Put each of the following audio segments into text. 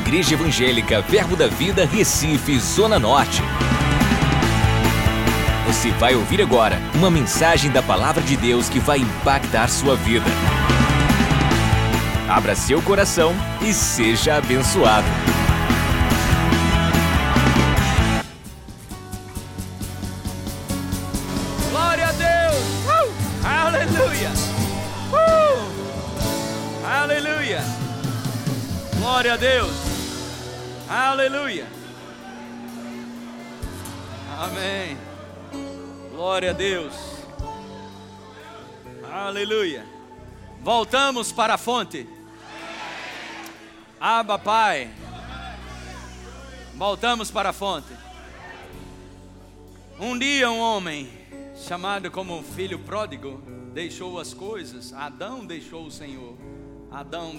Igreja Evangélica Verbo da Vida, Recife, Zona Norte. Você vai ouvir agora uma mensagem da Palavra de Deus que vai impactar sua vida. Abra seu coração e seja abençoado. Glória a Deus! Aleluia! Aleluia! Glória a Deus! Aleluia! Amém! Glória a Deus! Aleluia! Voltamos para a fonte. Abba, Pai. Voltamos para a fonte. Um dia um homem, chamado como filho pródigo, deixou as coisas. Adão deixou o Senhor. Adão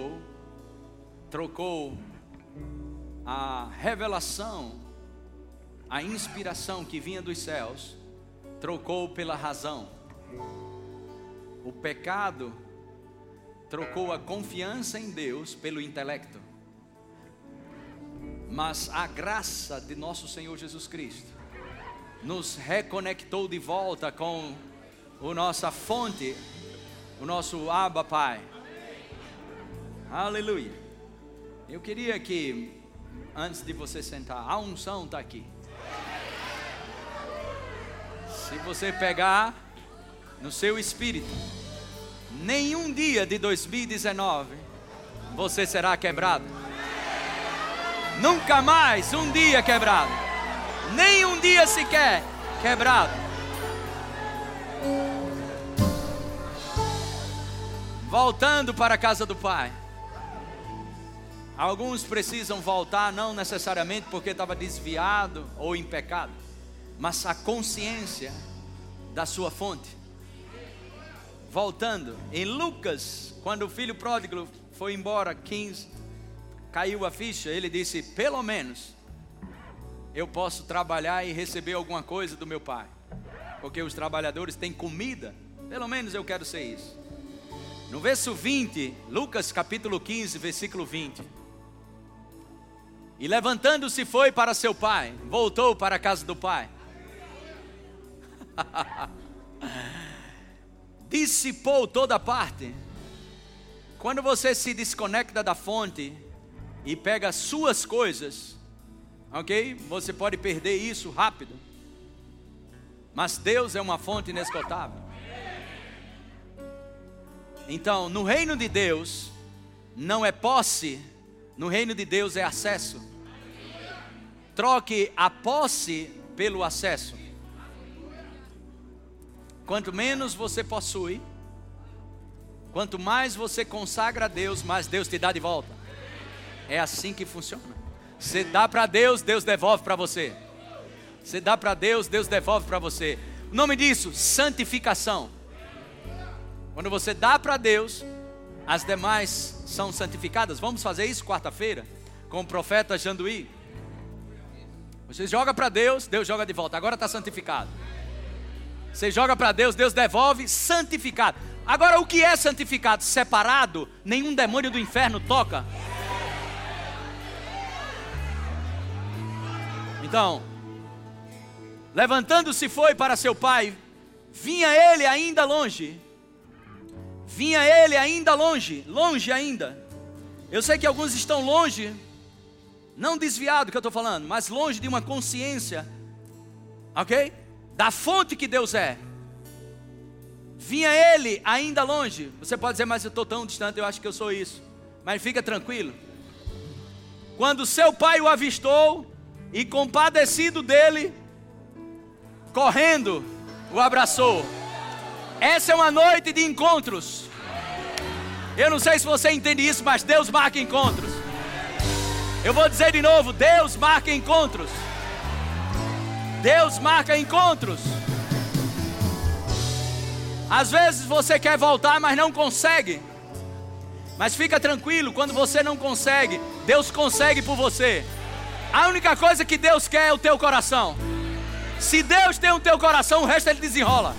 trocou a revelação, a inspiração que vinha dos céus, trocou pela razão. O pecado trocou a confiança em Deus pelo intelecto. Mas a graça de nosso Senhor Jesus Cristo nos reconectou de volta com a nossa fonte, o nosso Abba Pai. Aleluia. Eu queria que, antes de você sentar, a unção está aqui. Se você pegar no seu espírito, nenhum dia de 2019 você será quebrado. Nunca mais um dia quebrado. Nem um dia sequer quebrado. Voltando para a casa do Pai. Alguns precisam voltar, não necessariamente porque estava desviado ou em pecado, mas a consciência da sua fonte. Voltando, em Lucas, quando o filho pródigo foi embora, 15, caiu a ficha, ele disse: pelo menos eu posso trabalhar e receber alguma coisa do meu pai, porque os trabalhadores têm comida, pelo menos eu quero ser isso. No verso 20, Lucas capítulo 15, versículo 20. E levantando-se foi para seu pai, voltou para a casa do pai. Dissipou toda parte. Quando você se desconecta da fonte e pega suas coisas, ok? Você pode perder isso rápido. Mas Deus é uma fonte inesgotável. Então, no reino de Deus, não é posse, no reino de Deus é acesso. Troque a posse pelo acesso. Quanto menos você possui, quanto mais você consagra a Deus, mais Deus te dá de volta. É assim que funciona. Você dá para Deus, Deus devolve para você. Você dá para Deus, Deus devolve para você. O nome disso, santificação. Quando você dá para Deus, as demais são santificadas. Vamos fazer isso quarta-feira com o profeta Janduí. Você joga para Deus, Deus joga de volta. Agora está santificado. Você joga para Deus, Deus devolve, santificado. Agora, o que é santificado? Separado, nenhum demônio do inferno toca. Então, levantando-se foi para seu pai. Vinha ele ainda longe. Vinha ele ainda longe, longe ainda. Eu sei que alguns estão longe, não desviado do que eu estou falando, mas longe de uma consciência, ok? Da fonte que Deus é. Vinha ele ainda longe. Você pode dizer: mas eu estou tão distante, eu acho que eu sou isso. Mas fica tranquilo. Quando seu pai o avistou e, compadecido dele, correndo, o abraçou. Essa é uma noite de encontros. Eu não sei se você entende isso, mas Deus marca encontros. Eu vou dizer de novo: Deus marca encontros. Deus marca encontros. Às vezes você quer voltar, mas não consegue. Mas fica tranquilo, quando você não consegue, Deus consegue por você. A única coisa que Deus quer é o teu coração. Se Deus tem o teu coração, o resto Ele desenrola.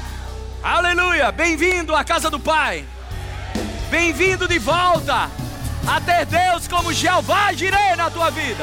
Aleluia, bem-vindo à casa do Pai. Bem-vindo de volta. a ter Deus como Jeová Jireh na tua vida.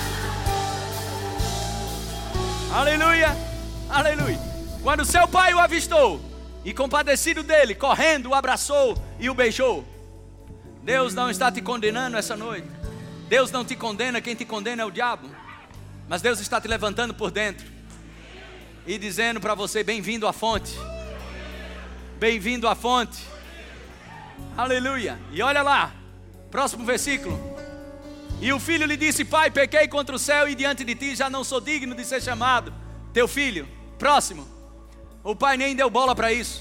Aleluia, aleluia. Quando seu pai o avistou e compadecido dele, correndo, o abraçou e o beijou. Deus não está te condenando essa noite. Deus não te condena, quem te condena é o diabo. Mas Deus está te levantando por dentro e dizendo para você: bem-vindo à fonte. Bem-vindo à fonte. Aleluia. E olha lá, próximo versículo. E o filho lhe disse: pai, pequei contra o céu e diante de ti, já não sou digno de ser chamado teu filho. Próximo. O pai nem deu bola para isso.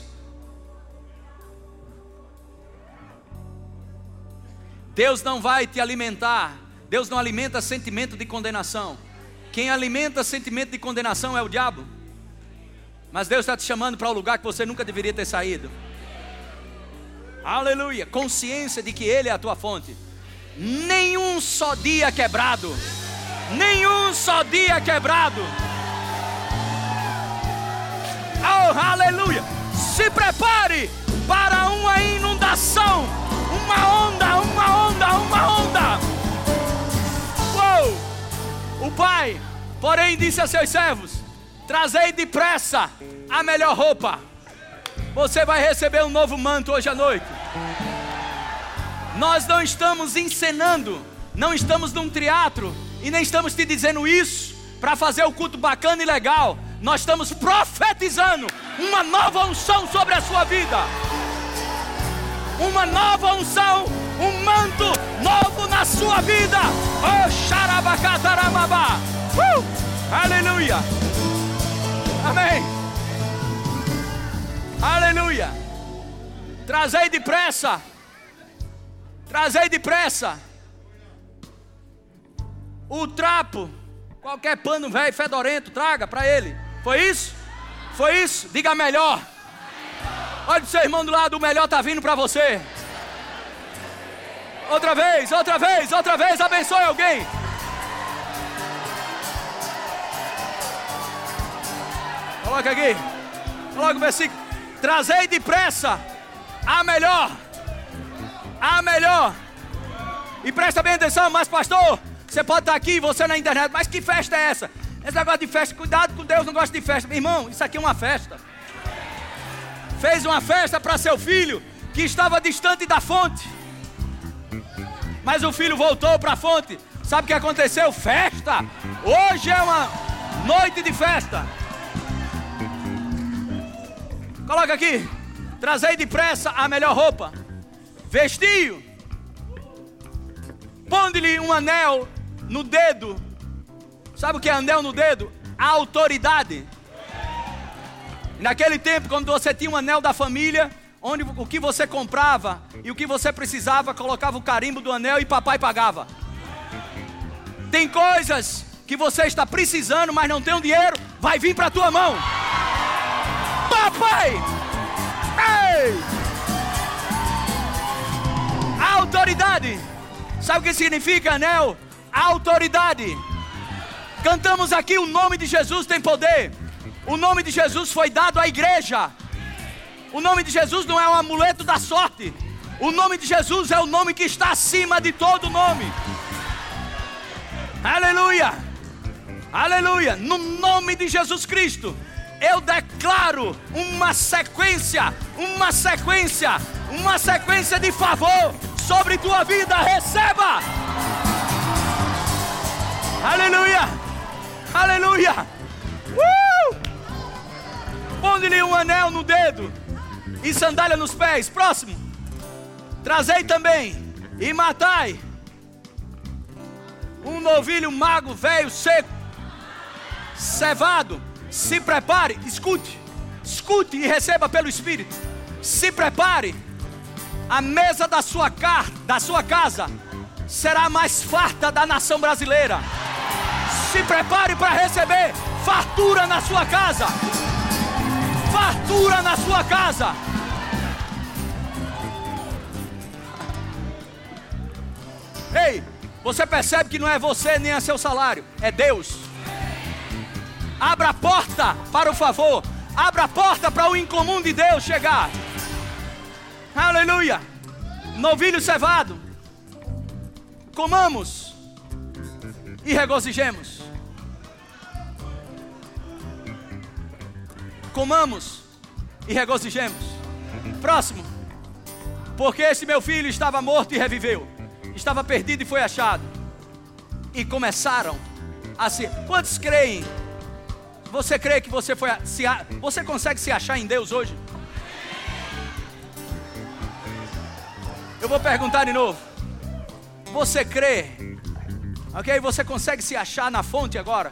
Deus não vai te alimentar. Deus não alimenta sentimento de condenação. Quem alimenta sentimento de condenação é o diabo. Mas Deus está te chamando para um lugar que você nunca deveria ter saído. Aleluia. Consciência de que Ele é a tua fonte. Nenhum só dia quebrado. Nenhum só dia quebrado. Oh, aleluia. Se prepare para uma inundação. Uma onda, uma onda, uma onda. Uou. O pai, porém, disse a seus servos: trazei depressa a melhor roupa. Você vai receber um novo manto hoje à noite. Nós não estamos encenando, não estamos num teatro e nem estamos te dizendo isso para fazer o culto bacana e legal. Nós estamos profetizando uma nova unção sobre a sua vida. Uma nova unção, um manto novo na sua vida. Oh, xarabacatarababá. Aleluia. Amém. Aleluia. Trazei depressa. Trazei depressa o trapo. Qualquer pano velho, fedorento, traga para ele. Foi isso? Foi isso? Diga melhor. Olha para o seu irmão do lado, o melhor está vindo para você. Outra vez, outra vez, outra vez, abençoe alguém. Coloca aqui, coloca o versículo. Trazei depressa a melhor. A melhor. E presta bem atenção, mas pastor, você pode estar aqui, você na internet, mas que festa é essa? Esse negócio de festa, cuidado com Deus, não gosta de festa. Irmão, isso aqui é uma festa. Fez uma festa para seu filho que estava distante da fonte. Mas o filho voltou para a fonte. Sabe o que aconteceu? Festa. Hoje é uma noite de festa. Coloca aqui. Trazei depressa a melhor roupa. Vestiu. Ponde-lhe um anel no dedo. Sabe o que é anel no dedo? A autoridade. Naquele tempo, quando você tinha um anel da família, onde o que você comprava e o que você precisava, colocava o carimbo do anel e papai pagava. Tem coisas que você está precisando, mas não tem o dinheiro, vai vir para a tua mão. Papai! Ei! Autoridade. Sabe o que significa anel? Autoridade. Cantamos aqui: o nome de Jesus tem poder. O nome de Jesus foi dado à igreja. O nome de Jesus não é um amuleto da sorte. O nome de Jesus é o nome que está acima de todo nome. Aleluia. Aleluia. No nome de Jesus Cristo, eu declaro uma sequência de favor sobre tua vida. Receba. Aleluia. Aleluia. Ponde-lhe um anel no dedo e sandália nos pés. Próximo. Trazei também e matai um novilho mago, velho, seco, cevado. Se prepare, escute e receba pelo Espírito. Se prepare. A mesa da sua casa será mais farta da nação brasileira. Se prepare para receber fartura na sua casa. Fartura na sua casa. Ei, você percebe que não é você nem é seu salário, é Deus. Abra a porta para o favor. Abra a porta para o incomum de Deus chegar. Aleluia. Novilho cevado. Comamos e regozijemos. Comamos e regozijemos. Próximo. Porque esse meu filho estava morto e reviveu, estava perdido e foi achado. E começaram a se... Quantos creem? Você crê que você foi você consegue se achar em Deus hoje? Eu vou perguntar de novo. Você crê? Ok? Você consegue se achar na fonte agora?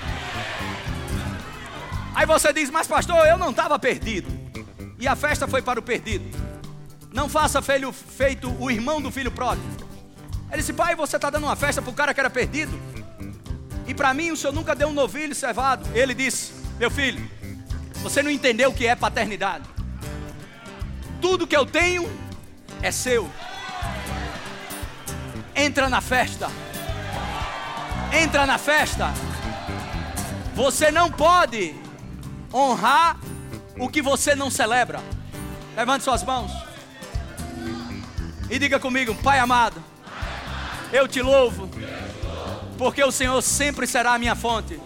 Aí você diz, mas pastor, eu não estava perdido. E a festa foi para o perdido. Não faça feito o irmão do filho pródigo. Ele disse, pai, você está dando uma festa para o cara que era perdido? E para mim o senhor nunca deu um novilho cevado. Ele disse, meu filho, você não entendeu o que é paternidade. Tudo que eu tenho é seu. Entra na festa. Entra na festa. Você não pode honrar o que você não celebra. Levante suas mãos e diga comigo, pai amado, eu te louvo, porque o Senhor sempre será a minha fonte.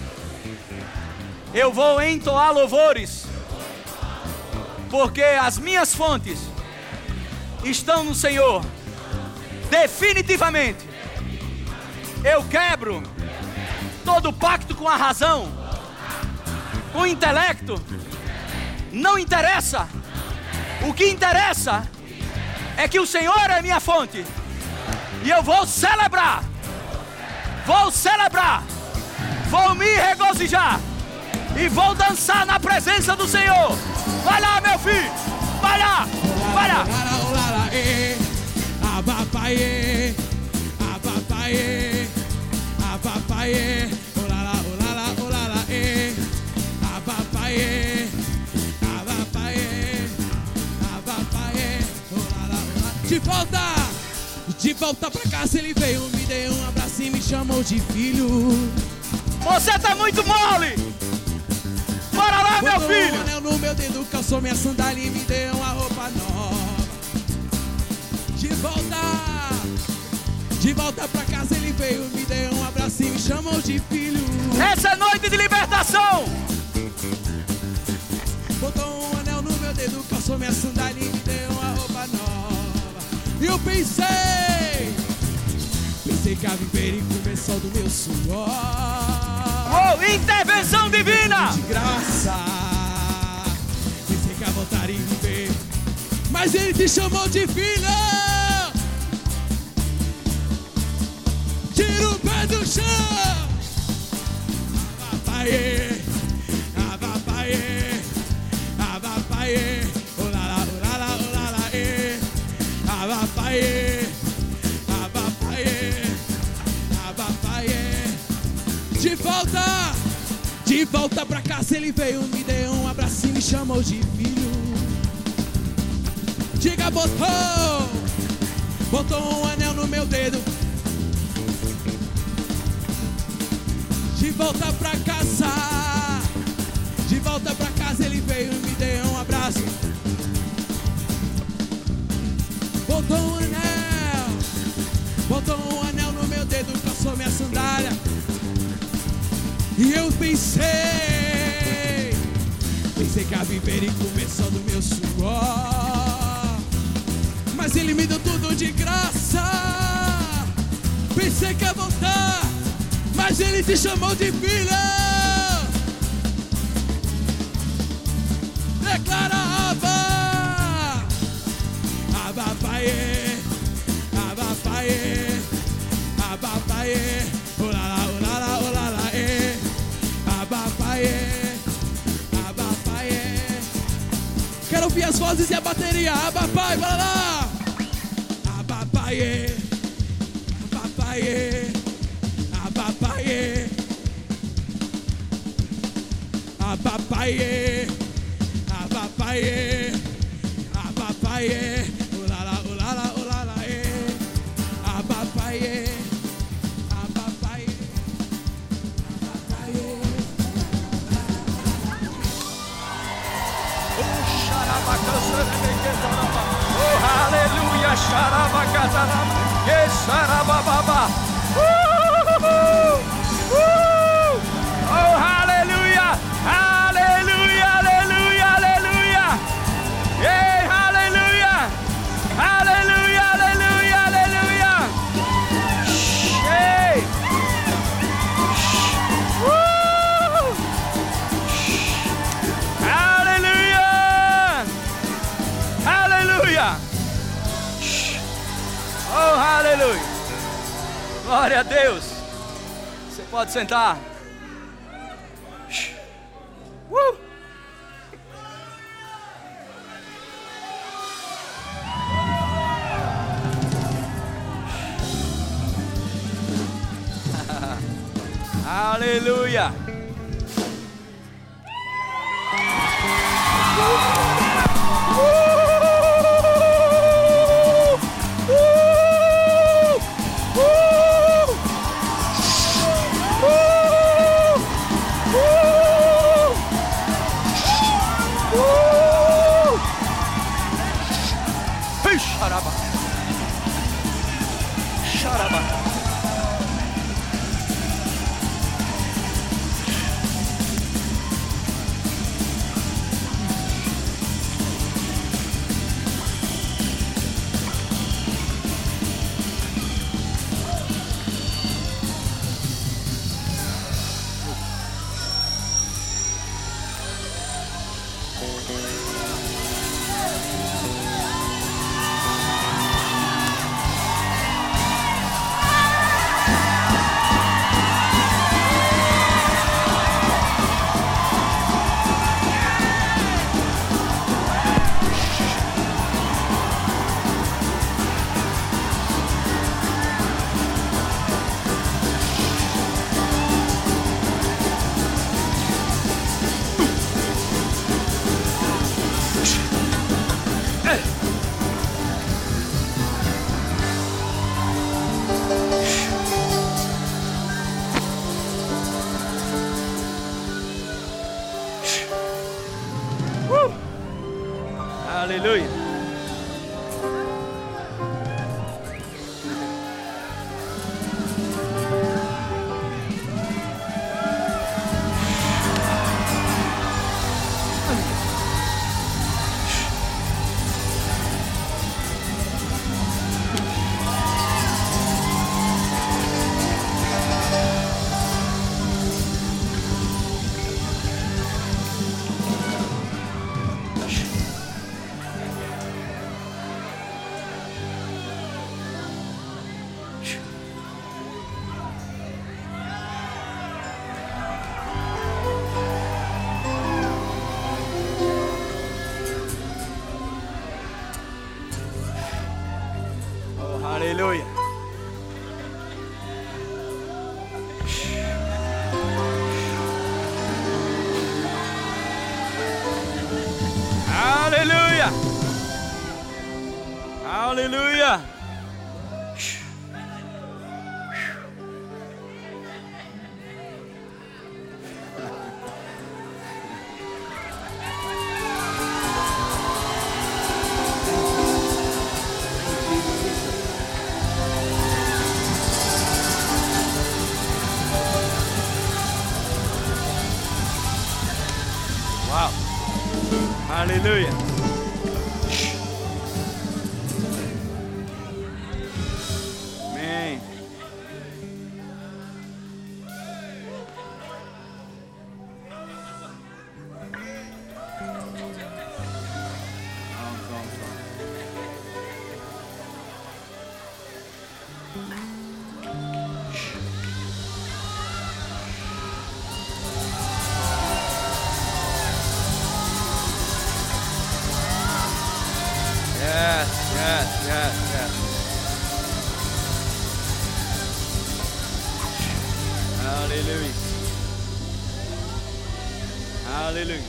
Eu vou entoar louvores, porque as minhas fontes estão no Senhor. Definitivamente eu quebro todo pacto com a razão, com o intelecto. Não interessa. O que interessa é que o Senhor é minha fonte. E eu vou celebrar. Vou celebrar. Vou me regozijar. E vou dançar na presença do Senhor. Vai lá, meu filho. Vai lá. Vai lá. Abapaie. Abapaie. Abapaie. Olala, olala, olala, abapaie. Abapaie. Abapaie. Olala, olala. De volta pra casa ele veio, me deu um abraço e me chamou de filho. Você tá muito mole. Bora lá, meu filho. Um anel no meu dedo, calçou minha sandália e me deu uma roupa nova. De volta pra casa ele veio, me deu um abraço e me chamou de filho. Essa é noite de libertação. Botou um anel no meu dedo, calçou minha sandália e me deu uma roupa nova. E eu pensei que a viver e comer só do meu suor. Oh, intervenção divina. De graça. Pensei que a voltar em viver, mas ele te chamou de filho. Tira o pé do chão. Abapaie. Abapaie. Abapaie. Olala, olala, olala, abapaie. Abapaie. Abapaie. De volta pra casa ele veio, me deu um abraço e me chamou de filho. Diga, botou um anel no meu dedo. De volta pra casa ele veio e me deu um abraço. Botou um anel no meu dedo, calçou minha sandália. E eu pensei que a viver e comer só do meu suor. Mas ele me deu tudo de graça. Pensei que ia voltar, mas ele te chamou de filho. Declara Abba. Abapaie. Abapaie. Abapaie. Olala, olala, olala, abapaie. Abapaie. Quero ouvir as vozes e a bateria. Abapaie, bora lá. Abapaie. Abapaie. Abapaie. Abapaie. Abapaie. Abapaie. Olala, olala, olala, abapaie. Abapaie. Abapaie. Oh, aleluia, xarabacazarama. Oh, aleluia! Aleluia, aleluia, aleluia! Ei, aleluia! Aleluia, aleluia, aleluia! Ei! Aleluia! Aleluia! Oh, aleluia! Glória a Deus! Você pode sentar. Aleluia! Xaraba. Xaraba. Aleluia. Aleluia. Aleluia. Aleluia. Wow. Aleluia. Amém. Yes. Hallelujah. Hallelujah.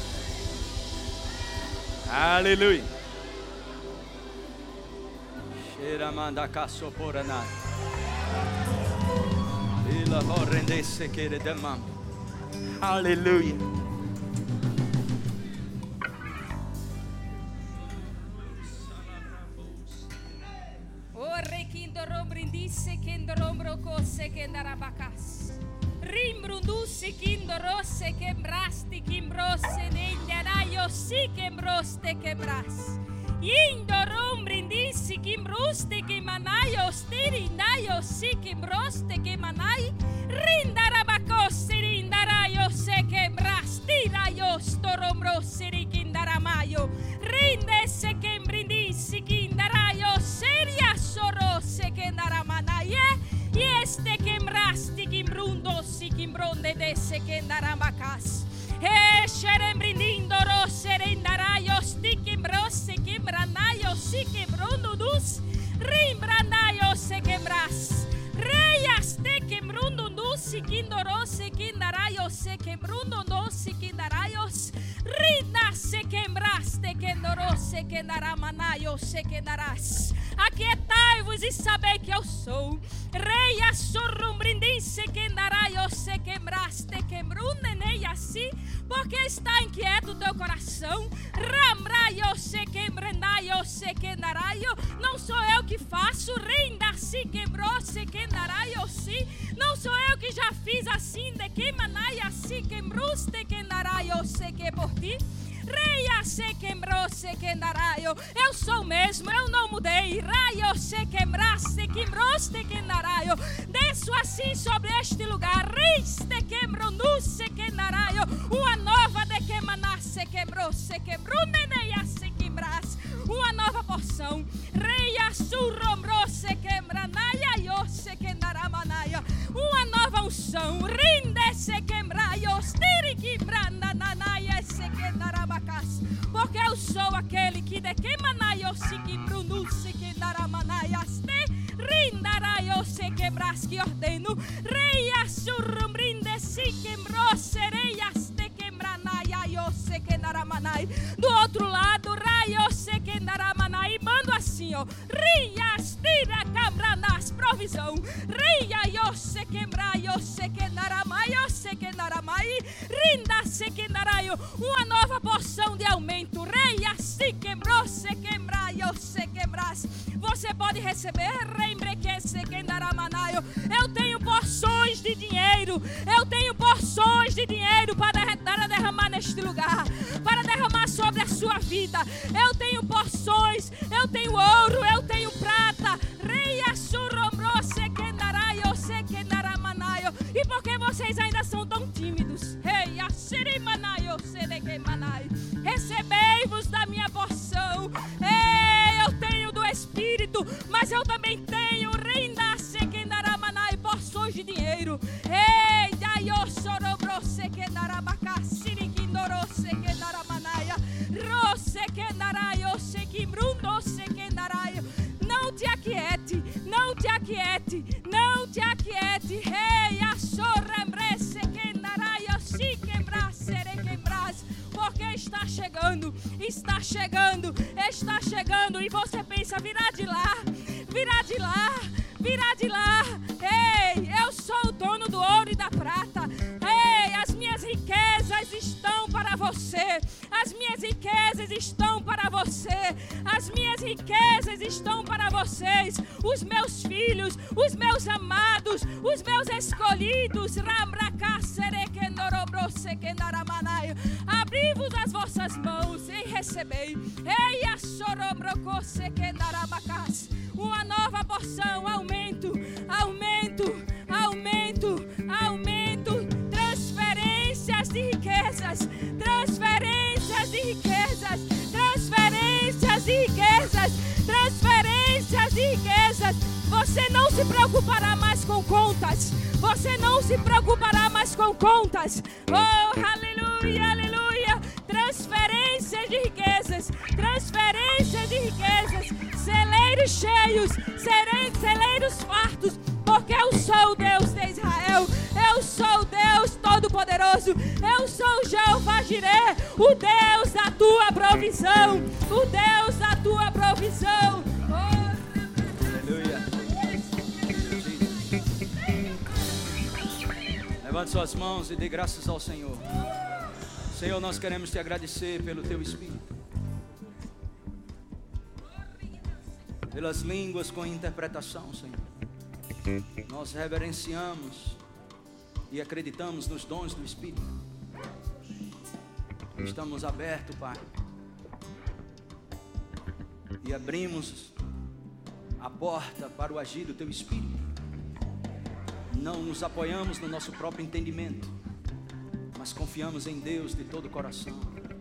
Hallelujah. Shiramanda kasoporana. Ila horrendesse kere demam. Hallelujah. brindisse che ndorombro cose che ndarabacas. Rimbrundusse che ndorosse che mbrasti che mbrosse nendiaraio si che mbroste che bras. Indorom brindisi che mbruste che manaio stirindaio si che mbroste che manai. Rindarabacosse rindaraio se che brastiraio storombrosse rikindaramaio. Rindesse che brindisi che ndaraio seria sorosse che ndaramanaie. Este che mrasti che mbrundosi che mbronde desse che ndarabacas. E scerembrindo rosse rendaraio sti che mbrosse che mbranaio si che brundudus. Rimbranaio se che mras. Reia ste che mbrundundusi che ndorosse che ndaraio se che brundundosi que daraios, rinasce quembraste que ndorosse que ndaramanaio se que darás. Aquietai-vos e sabei que eu sou. Rei assurrumbrindice que ndaraio se quembraste quembrunenei assim, porque está inquieto o teu coração. Ramraio se quembrendaio se quendaraio, não sou eu que faço. Renda-se quebrou se quendaraio se, não sou eu que já fiz assim de que manaia se quembruste quendaraio se que por ti. Reia se quebrou se quendaraio, eu sou mesmo, eu não mudei. Raio se quebraste quebroste quendaraio, desço assim sobre este lugar. Reis te quebrou nu se quendaraio, uma nova de que manasse quebrou se quebrou neneia se quebras, uma nova porção. Reia surrombrou se quebranaia yo se quendaramanaia, uma nova unção. Rinde se quebraio stiri quebrana nanaia se quendarabacas, porque eu sou aquele que de que manaio se quebrou se quendaramanaia ste rindaraio se quebras que ordeno. Reia surrombrinde se quebrou sereias te quebranaia yo se quendaramanai. Do outro lado, raio se quendaramanai, mando assim, ó. Rias tira cambranas provisão. Reia yo se quebraio se quendaramai yo se quendaramai. Rinda se quendaraio, uma nova porção de aumento. Reia se quebrou se quebraio se quebras. Você pode receber, reembrequece quendaramanaio. Eu tenho porções de dinheiro. Eu tenho porções de dinheiro para derramar neste lugar, para derramar sobre a sua vida. Eu tenho porções, eu tenho ouro, eu tenho prata. Reia surrombrou se quendaraio se quendaramanaio. E por que vocês ainda são tão tímidos? Reia sirimanaio se dequemanai. Recebei-vos da minha porção. Ei, eu tenho do Espírito, mas eu também tenho renda se quendaramanai, porções de dinheiro. Ei, daio sorobro se quendarabacá, siriquindoro se quendaramanaia, rose quendaraio se quimbrundo se quendaraio. Não te aquiete, não te aquiete, não te aquiete. Ei, a sorrembre se quendaraio se quebrar, serei quebras, porque está chegando, está chegando, está chegando. E você pensa, virá de lá, virá de lá, virá de lá. Ei, eu sou o dono do ouro e da prata. Ei, as minhas riquezas estão para você. As minhas riquezas estão para você. As minhas riquezas estão para vocês. Os meus filhos, os meus amados, os meus escolhidos. Abri-vos as vossas mãos e recebei. Ei, a sorobrocosse que darabacas. Uma nova porção, aumento, aumento, aumento, aumento. Transferências de riquezas, transferências de riquezas, transferências de riquezas, transferências de riquezas. Você não se preocupará mais com contas. Você não se preocupará mais com contas. Oh, aleluia, aleluia. Transferências de riquezas, transferências de riquezas. Celeiros cheios, celeiros fartos. Porque eu sou o Deus de Israel. Eu sou o Deus Todo-Poderoso. Eu sou o Jeová Jireh, o Deus da tua provisão. O Deus da tua provisão. Aleluia. Levante suas mãos e dê graças ao Senhor. Senhor, nós queremos te agradecer pelo teu Espírito, pelas línguas com interpretação, Senhor. Nós reverenciamos e acreditamos nos dons do Espírito. Estamos abertos, Pai, e abrimos a porta para o agir do Teu Espírito. Não nos apoiamos no nosso próprio entendimento, mas confiamos em Deus de todo o coração.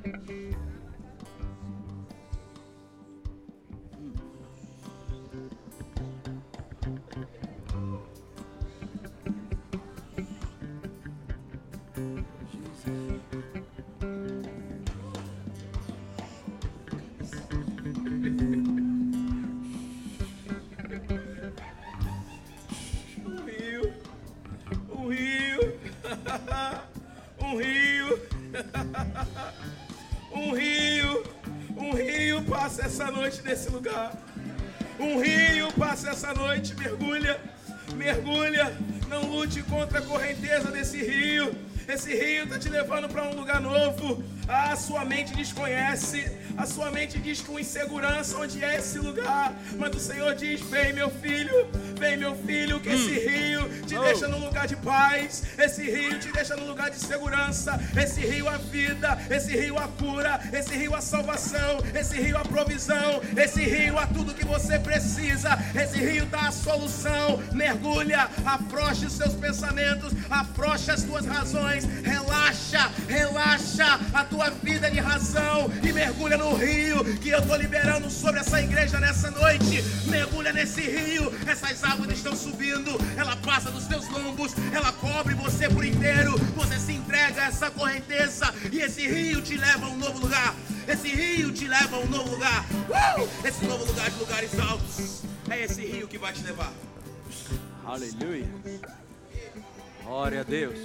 Um rio passa essa noite nesse lugar. Um rio passa essa noite, mergulha. Não lute contra a correnteza desse rio. Esse rio está te levando para um lugar novo. A sua mente desconhece. A sua mente diz com insegurança onde é esse lugar. Mas o Senhor diz: vem meu filho, que esse rio te deixa num lugar de paz. Esse rio te deixa num lugar de segurança. Esse rio a vida, esse rio a cura, esse rio a salvação, esse rio a provisão, esse rio a tudo que você precisa. Esse rio dá a solução. Mergulha, afrouxe os seus pensamentos, afrouxe as tuas razões, relaxa a tua vida de razão e mergulha no rio que eu estou liberando sobre essa igreja nessa noite. Mergulha nesse rio. Essas águas estão subindo, ela passa dos teus lombos, ela cobre você por inteiro. Você se entrega a essa correnteza e esse rio te leva a um novo lugar. Esse rio te leva a um novo lugar. Esse novo lugar de lugares altos. É esse rio que vai te levar. Aleluia. Glória a Deus.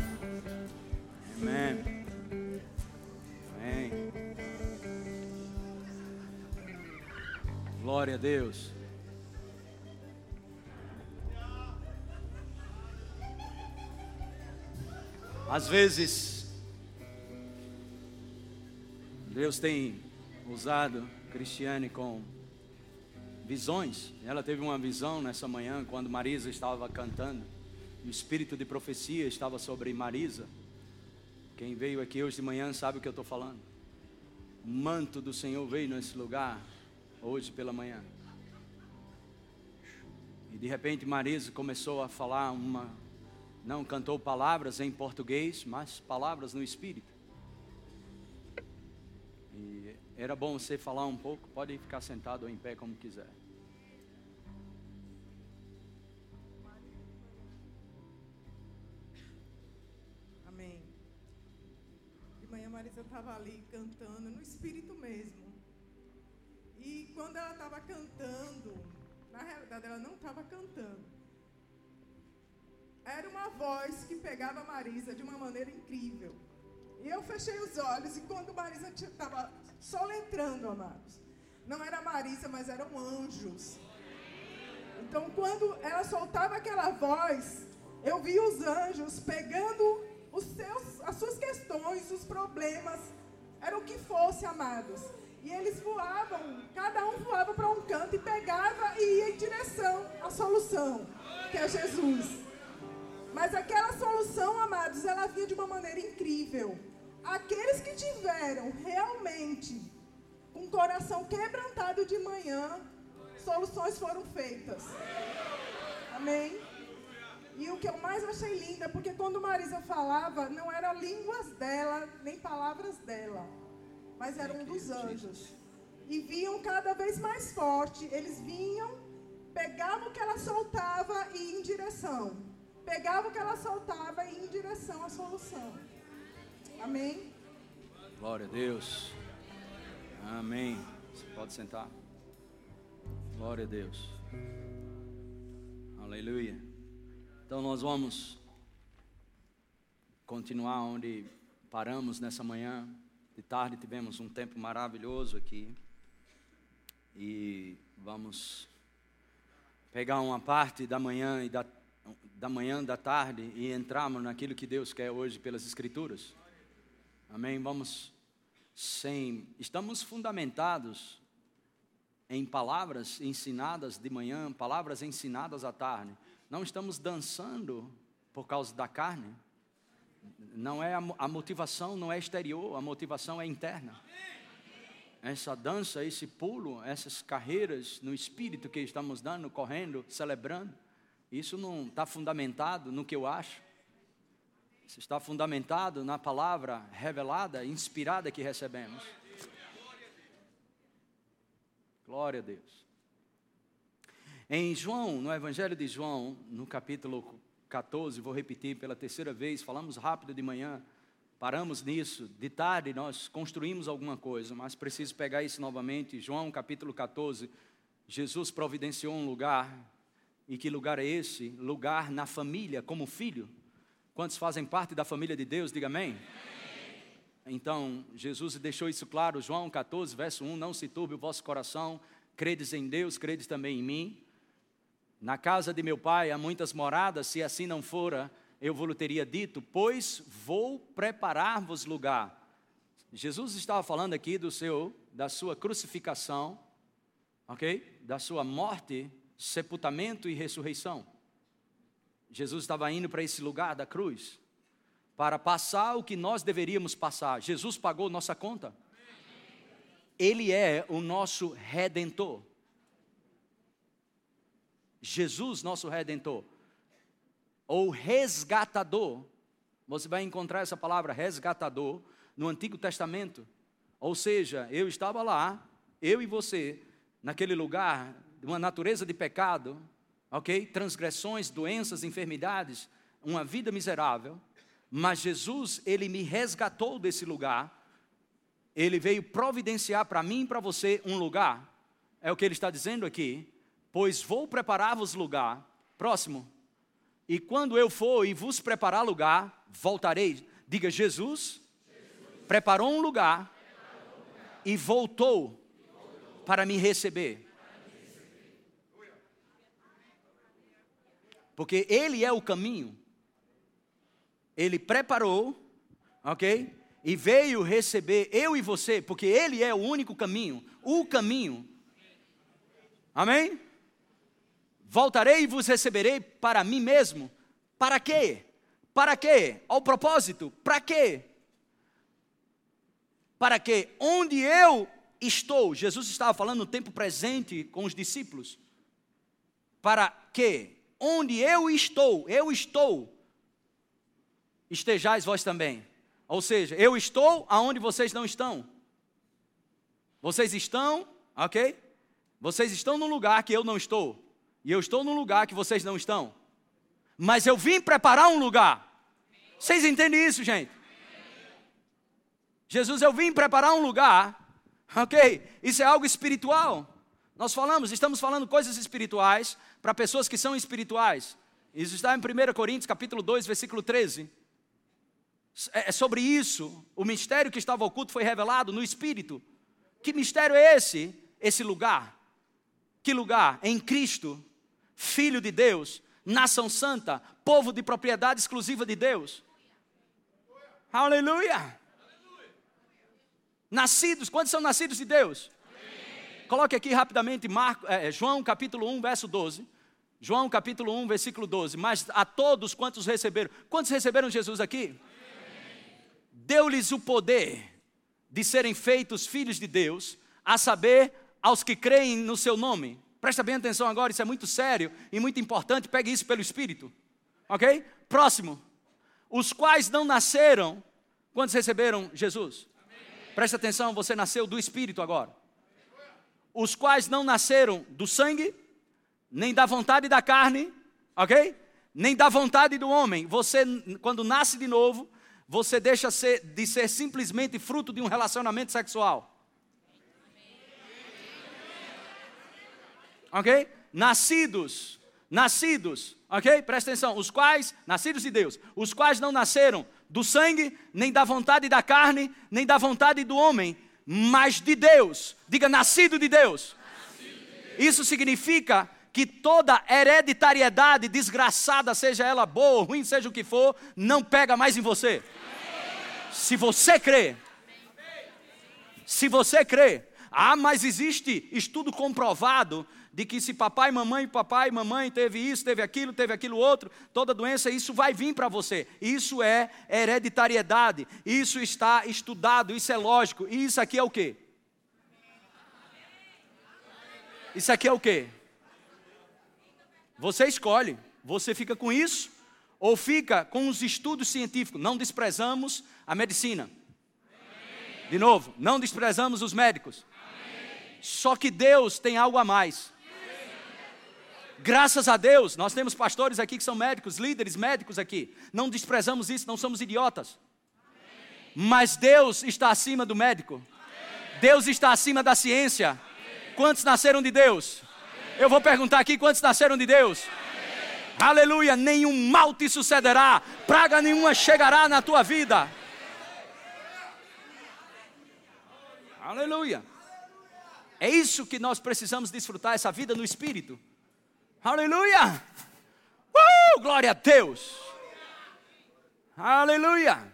Amém. Amém. Glória a Deus. Às vezes, Deus tem usado Cristiane com visões. Ela teve uma visão nessa manhã, quando Marisa estava cantando. O espírito de profecia estava sobre Marisa. Quem veio aqui hoje de manhã sabe o que eu estou falando. O manto do Senhor veio nesse lugar, hoje pela manhã. E de repente Marisa começou a falar não cantou palavras em português, mas palavras no Espírito. E era bom você falar um pouco, pode ficar sentado ou em pé como quiser. Amém. De manhã a Marisa estava ali cantando no Espírito mesmo. E quando ela estava cantando, na realidade ela não estava cantando. Era uma voz que pegava a Marisa de uma maneira incrível. E eu fechei os olhos e quando Marisa estava soletrando, amados, não era Marisa, mas eram anjos. Então quando ela soltava aquela voz, eu vi os anjos pegando as suas questões, os problemas, era o que fosse, amados. E eles voavam, cada um voava para um canto e pegava e ia em direção à solução, que é Jesus. Mas aquela solução, amados, ela vinha de uma maneira incrível. Aqueles que tiveram realmente um coração quebrantado de manhã, soluções foram feitas. Amém? E o que eu mais achei linda, porque quando Marisa falava, não eram línguas dela, nem palavras dela, mas eram dos anjos. E vinham cada vez mais forte. Eles vinham, pegavam o que ela soltava e iam em direção. Pegava o que ela soltava e ia em direção à solução. Amém? Glória a Deus. Amém. Você pode sentar. Glória a Deus. Aleluia. Então nós vamos continuar onde paramos nessa manhã. De tarde tivemos um tempo maravilhoso aqui. E vamos pegar uma parte da manhã e da tarde e entrarmos naquilo que Deus quer hoje pelas Escrituras. Amém? Estamos fundamentados em palavras ensinadas de manhã, palavras ensinadas à tarde, não estamos dançando por causa da carne. Não é a motivação não é exterior, a motivação é interna. Essa dança, esse pulo, essas carreiras no espírito que estamos dando, correndo, celebrando, isso não está fundamentado no que eu acho. Isso está fundamentado na palavra revelada, inspirada que recebemos. Glória a Deus. Em João, no Evangelho de João, no capítulo 14, vou repetir pela terceira vez, falamos rápido de manhã, paramos nisso, de tarde nós construímos alguma coisa, mas preciso pegar isso novamente. João capítulo 14, Jesus providenciou um lugar, e que lugar é esse? Lugar na família, como filho. Quantos fazem parte da família de Deus? Diga amém. Então, Jesus deixou isso claro, João 14, verso 1, não se turbe o vosso coração, credes em Deus, credes também em mim. Na casa de meu pai há muitas moradas, se assim não fora, eu vos teria dito, pois vou preparar-vos lugar. Jesus estava falando aqui da sua crucificação, ok? Da sua morte, sepultamento e ressurreição. Jesus estava indo para esse lugar da cruz, para passar o que nós deveríamos passar. Jesus pagou nossa conta. Ele é o nosso Redentor. Jesus, nosso Redentor. Ou resgatador. Você vai encontrar essa palavra resgatador no Antigo Testamento. Ou seja, eu estava lá, eu e você, naquele lugar, de uma natureza de pecado, ok? Transgressões, doenças, enfermidades, uma vida miserável. Mas Jesus, Ele me resgatou desse lugar. Ele veio providenciar para mim e para você um lugar. É o que Ele está dizendo aqui. Pois vou preparar-vos lugar. Próximo. E quando eu for e vos preparar lugar, voltarei. Diga, Jesus preparou um lugar e voltou para me receber. Porque Ele é o caminho. Ele preparou, ok? E veio receber eu e você, porque Ele é o único caminho, o caminho. Amém? Voltarei e vos receberei para mim mesmo. Para quê? Para quê? Ao propósito, para quê? Para quê? Onde eu estou, Jesus estava falando no tempo presente com os discípulos. Para quê? Onde eu estou, estejais vós também. Ou seja, eu estou aonde vocês não estão. Vocês estão, ok? Vocês estão num lugar que eu não estou. E eu estou num lugar que vocês não estão. Mas eu vim preparar um lugar. Vocês entendem isso, gente? Jesus, eu vim preparar um lugar. Ok? Isso é algo espiritual. Nós estamos falando coisas espirituais para pessoas que são espirituais. Isso está em 1 Coríntios capítulo 2, versículo 13. É sobre isso. O mistério que estava oculto foi revelado no Espírito. Que mistério é esse? Esse lugar. Que lugar? Em Cristo, Filho de Deus, nação santa, povo de propriedade exclusiva de Deus. Aleluia! Nascidos, quantos são nascidos de Deus? Coloque aqui rapidamente João capítulo 1, verso 12. João capítulo 1, versículo 12. Mas a todos quantos receberam. Quantos receberam Jesus aqui? Deu-lhes o poder de serem feitos filhos de Deus, a saber, aos que creem no seu nome. Presta bem atenção agora, isso é muito sério e muito importante, pegue isso pelo Espírito. Ok? Próximo. Os quais não nasceram, quantos receberam Jesus? Amém. Presta atenção, você nasceu do Espírito agora. Os quais não nasceram do sangue, nem da vontade da carne, ok? Nem da vontade do homem. Você, quando nasce de novo, você deixa de ser simplesmente fruto de um relacionamento sexual. Ok? Nascidos, ok? Presta atenção, os quais, nascidos de Deus, os quais não nasceram do sangue, nem da vontade da carne, nem da vontade do homem, mas de Deus. Diga, nascido de Deus. Isso significa que toda hereditariedade desgraçada, seja ela boa ou ruim, seja o que for, não pega mais em você. Se você crê. Se você crê. Ah, mas existe estudo comprovado de que se papai e mamãe teve isso, teve aquilo outro, toda doença, isso vai vir para você. Isso é hereditariedade, isso está estudado, isso é lógico. E isso aqui é o quê? Isso aqui é o quê? Você escolhe, você fica com isso ou fica com os estudos científicos. Não desprezamos a medicina. De novo, não desprezamos os médicos. Só que Deus tem algo a mais. Graças a Deus, nós temos pastores aqui que são médicos, líderes médicos aqui. Não desprezamos isso, não somos idiotas. Mas Deus está acima do médico. Deus está acima da ciência. Quantos nasceram de Deus? Eu vou perguntar aqui, quantos nasceram de Deus? Aleluia, nenhum mal te sucederá, praga nenhuma chegará na tua vida. Aleluia. É isso que nós precisamos desfrutar, essa vida no Espírito. Aleluia. Glória a Deus. Aleluia.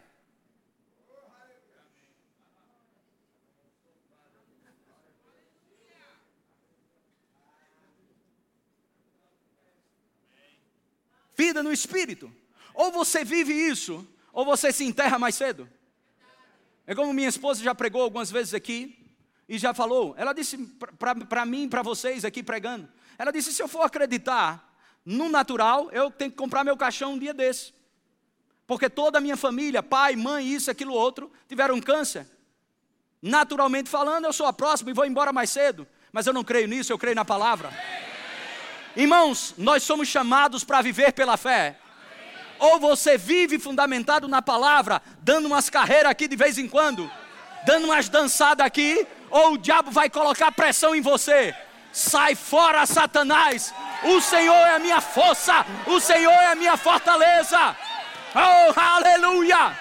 Vida no Espírito. Ou você vive isso, ou você se enterra mais cedo. É como minha esposa já pregou algumas vezes aqui, e já falou, ela disse para mim, para vocês aqui pregando, ela disse, se eu for acreditar no natural, eu tenho que comprar meu caixão um dia desse. Porque toda a minha família, pai, mãe, isso, aquilo, outro, tiveram câncer. Naturalmente falando, eu sou a próxima e vou embora mais cedo. Mas eu não creio nisso, eu creio na palavra. Irmãos, nós somos chamados para viver pela fé. Ou você vive fundamentado na palavra, dando umas carreiras aqui de vez em quando, dando umas dançadas aqui, ou o diabo vai colocar pressão em você. Sai fora, Satanás. O Senhor é a minha força, o Senhor é a minha fortaleza. Oh, aleluia.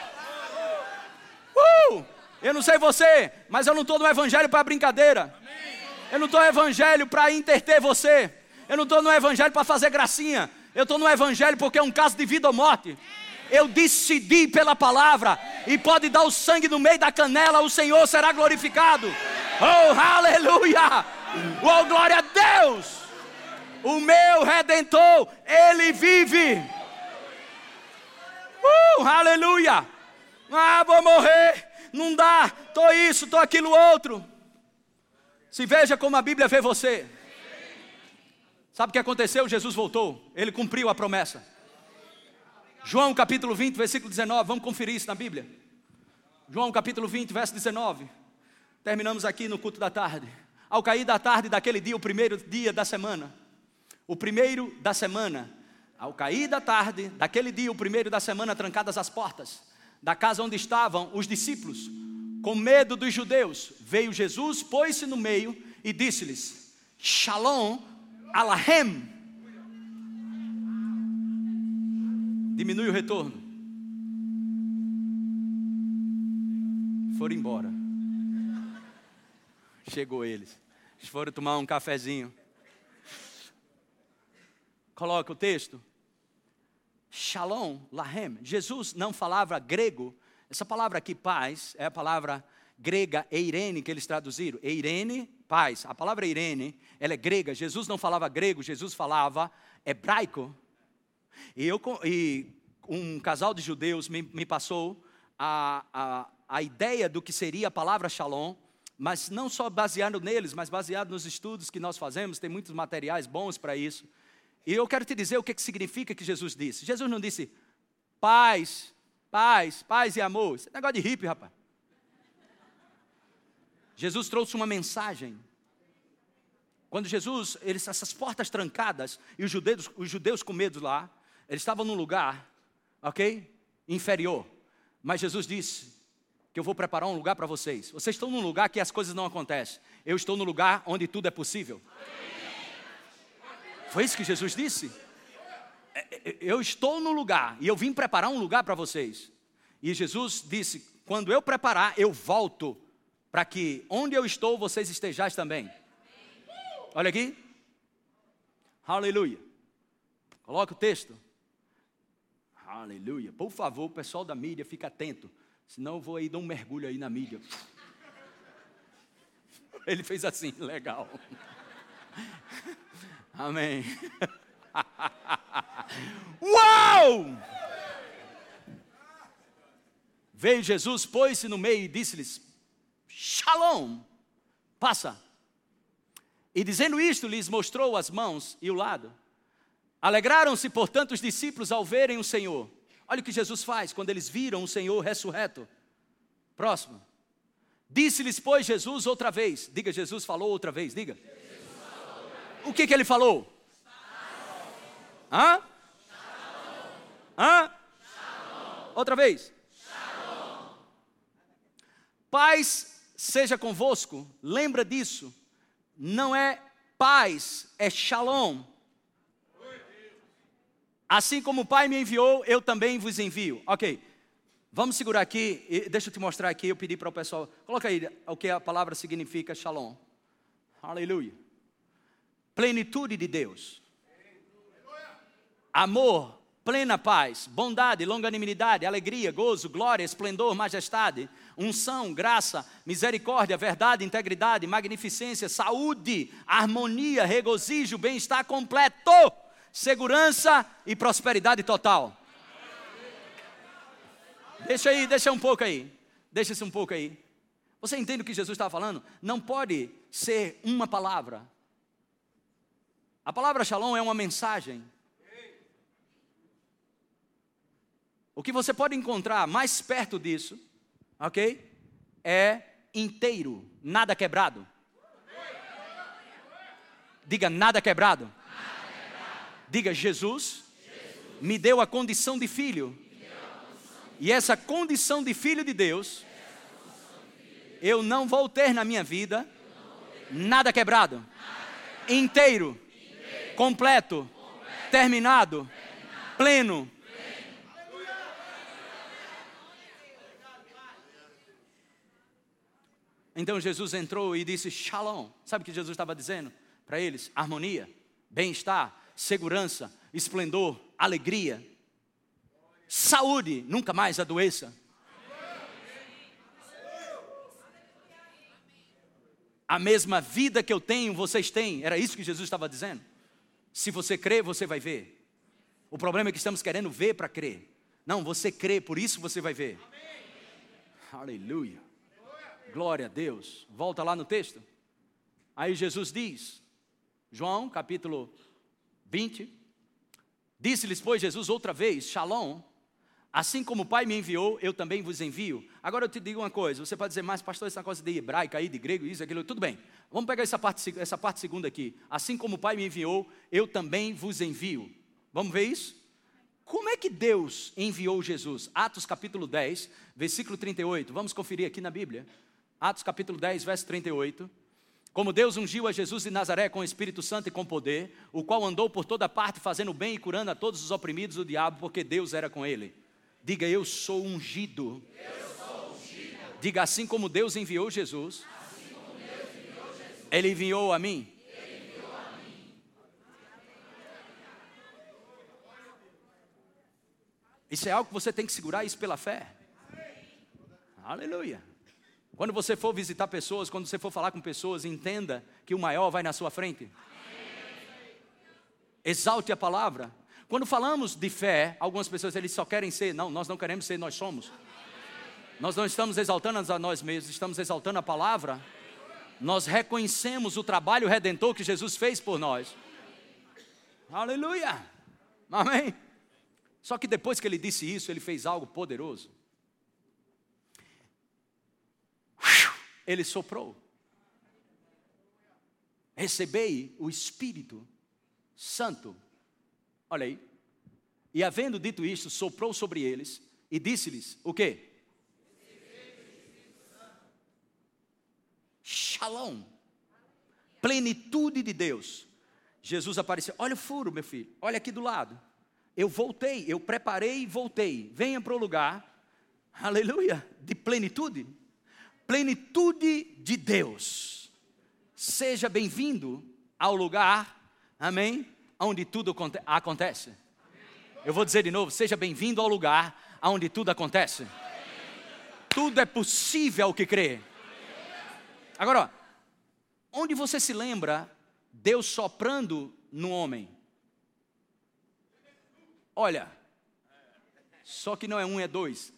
Eu não sei você, mas eu não estou no evangelho para brincadeira. Eu não estou no evangelho para entreter você. Eu não estou no evangelho para fazer gracinha. Eu estou no evangelho porque é um caso de vida ou morte. Eu decidi pela palavra. E pode dar o sangue no meio da canela, o Senhor será glorificado. Oh, aleluia. Oh, glória a Deus. O meu Redentor, Ele vive. Aleluia. Vou morrer. Não dá. Estou isso, estou aquilo outro. Se veja como a Bíblia vê você. Sabe o que aconteceu? Jesus voltou, Ele cumpriu a promessa. João capítulo 20, versículo 19, vamos conferir isso na Bíblia. João capítulo 20, verso 19. Terminamos aqui no culto da tarde. Ao cair da tarde daquele dia, o primeiro dia da semana. O primeiro da semana. Ao cair da tarde daquele dia, o primeiro da semana, trancadas as portas da casa onde estavam os discípulos, com medo dos judeus, veio Jesus, pôs-se no meio e disse-lhes, Shalom Alahem. Diminui o retorno. Foram embora. Chegou eles. Eles foram tomar um cafezinho. Coloca o texto. Shalom Lahem. Jesus não falava grego. Essa palavra aqui, paz, é a palavra grega eirene que eles traduziram. Eirene, paz. A palavra eirene, ela é grega. Jesus não falava grego, Jesus falava hebraico. E um casal de judeus me passou a ideia do que seria a palavra shalom, mas não só baseado neles, mas baseado nos estudos que nós fazemos, tem muitos materiais bons para isso. E eu quero te dizer o que significa que Jesus disse. Jesus não disse paz, paz, paz e amor. Isso é negócio de hippie, rapaz. Jesus trouxe uma mensagem. Quando Jesus, essas portas trancadas, e os judeus com medo lá, eles estavam num lugar, ok? Inferior. Mas Jesus disse que eu vou preparar um lugar para vocês. Vocês estão num lugar que as coisas não acontecem. Eu estou no lugar onde tudo é possível. Foi isso que Jesus disse? Eu estou no lugar e eu vim preparar um lugar para vocês. E Jesus disse, quando eu preparar, eu volto para que onde eu estou, vocês estejais também. Olha aqui. Aleluia. Coloca o texto. Aleluia. Por favor, o pessoal da mídia, fica atento. Senão eu vou aí dar um mergulho aí na mídia. Ele fez assim, legal. Amém. Uau! Veio Jesus, pôs-se no meio e disse-lhes: Shalom, passa. E dizendo isto, lhes mostrou as mãos e o lado. Alegraram-se, portanto, os discípulos ao verem o Senhor. Olha o que Jesus faz quando eles viram o Senhor ressurreto. Próximo. Disse-lhes, pois, Jesus outra vez. Diga, Jesus falou outra vez, diga. O que ele falou? Hã? Hã? Outra vez. Paz seja convosco. Lembra disso. Não é paz, é shalom. Assim como o Pai me enviou, eu também vos envio. Ok, vamos segurar aqui, deixa eu te mostrar aqui, eu pedi para o pessoal, coloca aí o que a palavra significa shalom. Aleluia. Plenitude de Deus. Amor, plena paz, bondade, longanimidade, alegria, gozo, glória, esplendor, majestade, unção, graça, misericórdia, verdade, integridade, magnificência, saúde, harmonia, regozijo, bem-estar completo, segurança e prosperidade total. Deixa um pouco aí. Deixa-se um pouco aí. Você entende o que Jesus estava falando? Não pode ser uma palavra. A palavra shalom é uma mensagem. O que você pode encontrar mais perto disso, ok? É inteiro, nada quebrado. Diga, nada quebrado. Diga, Jesus me deu a condição de filho. E essa condição de filho de Deus, eu não vou ter na minha vida nada quebrado. Inteiro, completo, terminado, pleno. Então Jesus entrou e disse shalom. Sabe o que Jesus estava dizendo para eles? Harmonia, bem-estar, segurança, esplendor, alegria, saúde, nunca mais adoeça. A mesma vida que eu tenho, vocês têm. Era isso que Jesus estava dizendo. Se você crê, você vai ver. O problema é que estamos querendo ver para crer. Não, você crê, por isso você vai ver. Aleluia. Glória a Deus. Volta lá no texto. Aí Jesus diz, João capítulo 20, disse-lhes, pois, Jesus outra vez, shalom, assim como o Pai me enviou, eu também vos envio. Agora eu te digo uma coisa, você pode dizer, mas pastor, essa coisa de hebraico aí, de grego, isso, aquilo, tudo bem. Vamos pegar essa parte segunda aqui. Assim como o Pai me enviou, eu também vos envio. Vamos ver isso? Como é que Deus enviou Jesus? Atos capítulo 10, versículo 38. Vamos conferir aqui na Bíblia. Atos capítulo 10, verso 38. Como Deus ungiu a Jesus de Nazaré com o Espírito Santo e com poder, o qual andou por toda parte fazendo bem e curando a todos os oprimidos do diabo, porque Deus era com ele. Diga, eu sou ungido. Eu sou ungido. Diga, assim como Deus enviou Jesus, Ele enviou a mim. Isso é algo que você tem que segurar isso pela fé. Aleluia. Quando você for visitar pessoas, quando você for falar com pessoas, entenda que o maior vai na sua frente. Exalte a palavra. Quando falamos de fé, algumas pessoas eles só querem ser. Não, nós não queremos ser, nós somos. Nós não estamos exaltando a nós mesmos, estamos exaltando a palavra. Nós reconhecemos o trabalho redentor que Jesus fez por nós. Aleluia. Amém. Só que depois que ele disse isso, ele fez algo poderoso. Ele soprou. Recebei o Espírito Santo. Olha aí. E havendo dito isto, soprou sobre eles e disse-lhes o quê? Shalom. Plenitude de Deus. Jesus apareceu. Olha o furo, meu filho. Olha aqui do lado. Eu voltei, eu preparei e voltei. Venha para o lugar. Aleluia. De plenitude. Plenitude de Deus. Seja bem-vindo ao lugar, amém, onde tudo acontece. Eu vou dizer de novo, seja bem-vindo ao lugar onde tudo acontece. Tudo é possível ao que crê. Agora, onde você se lembra Deus soprando no homem? Olha, só que não é 1, é 2.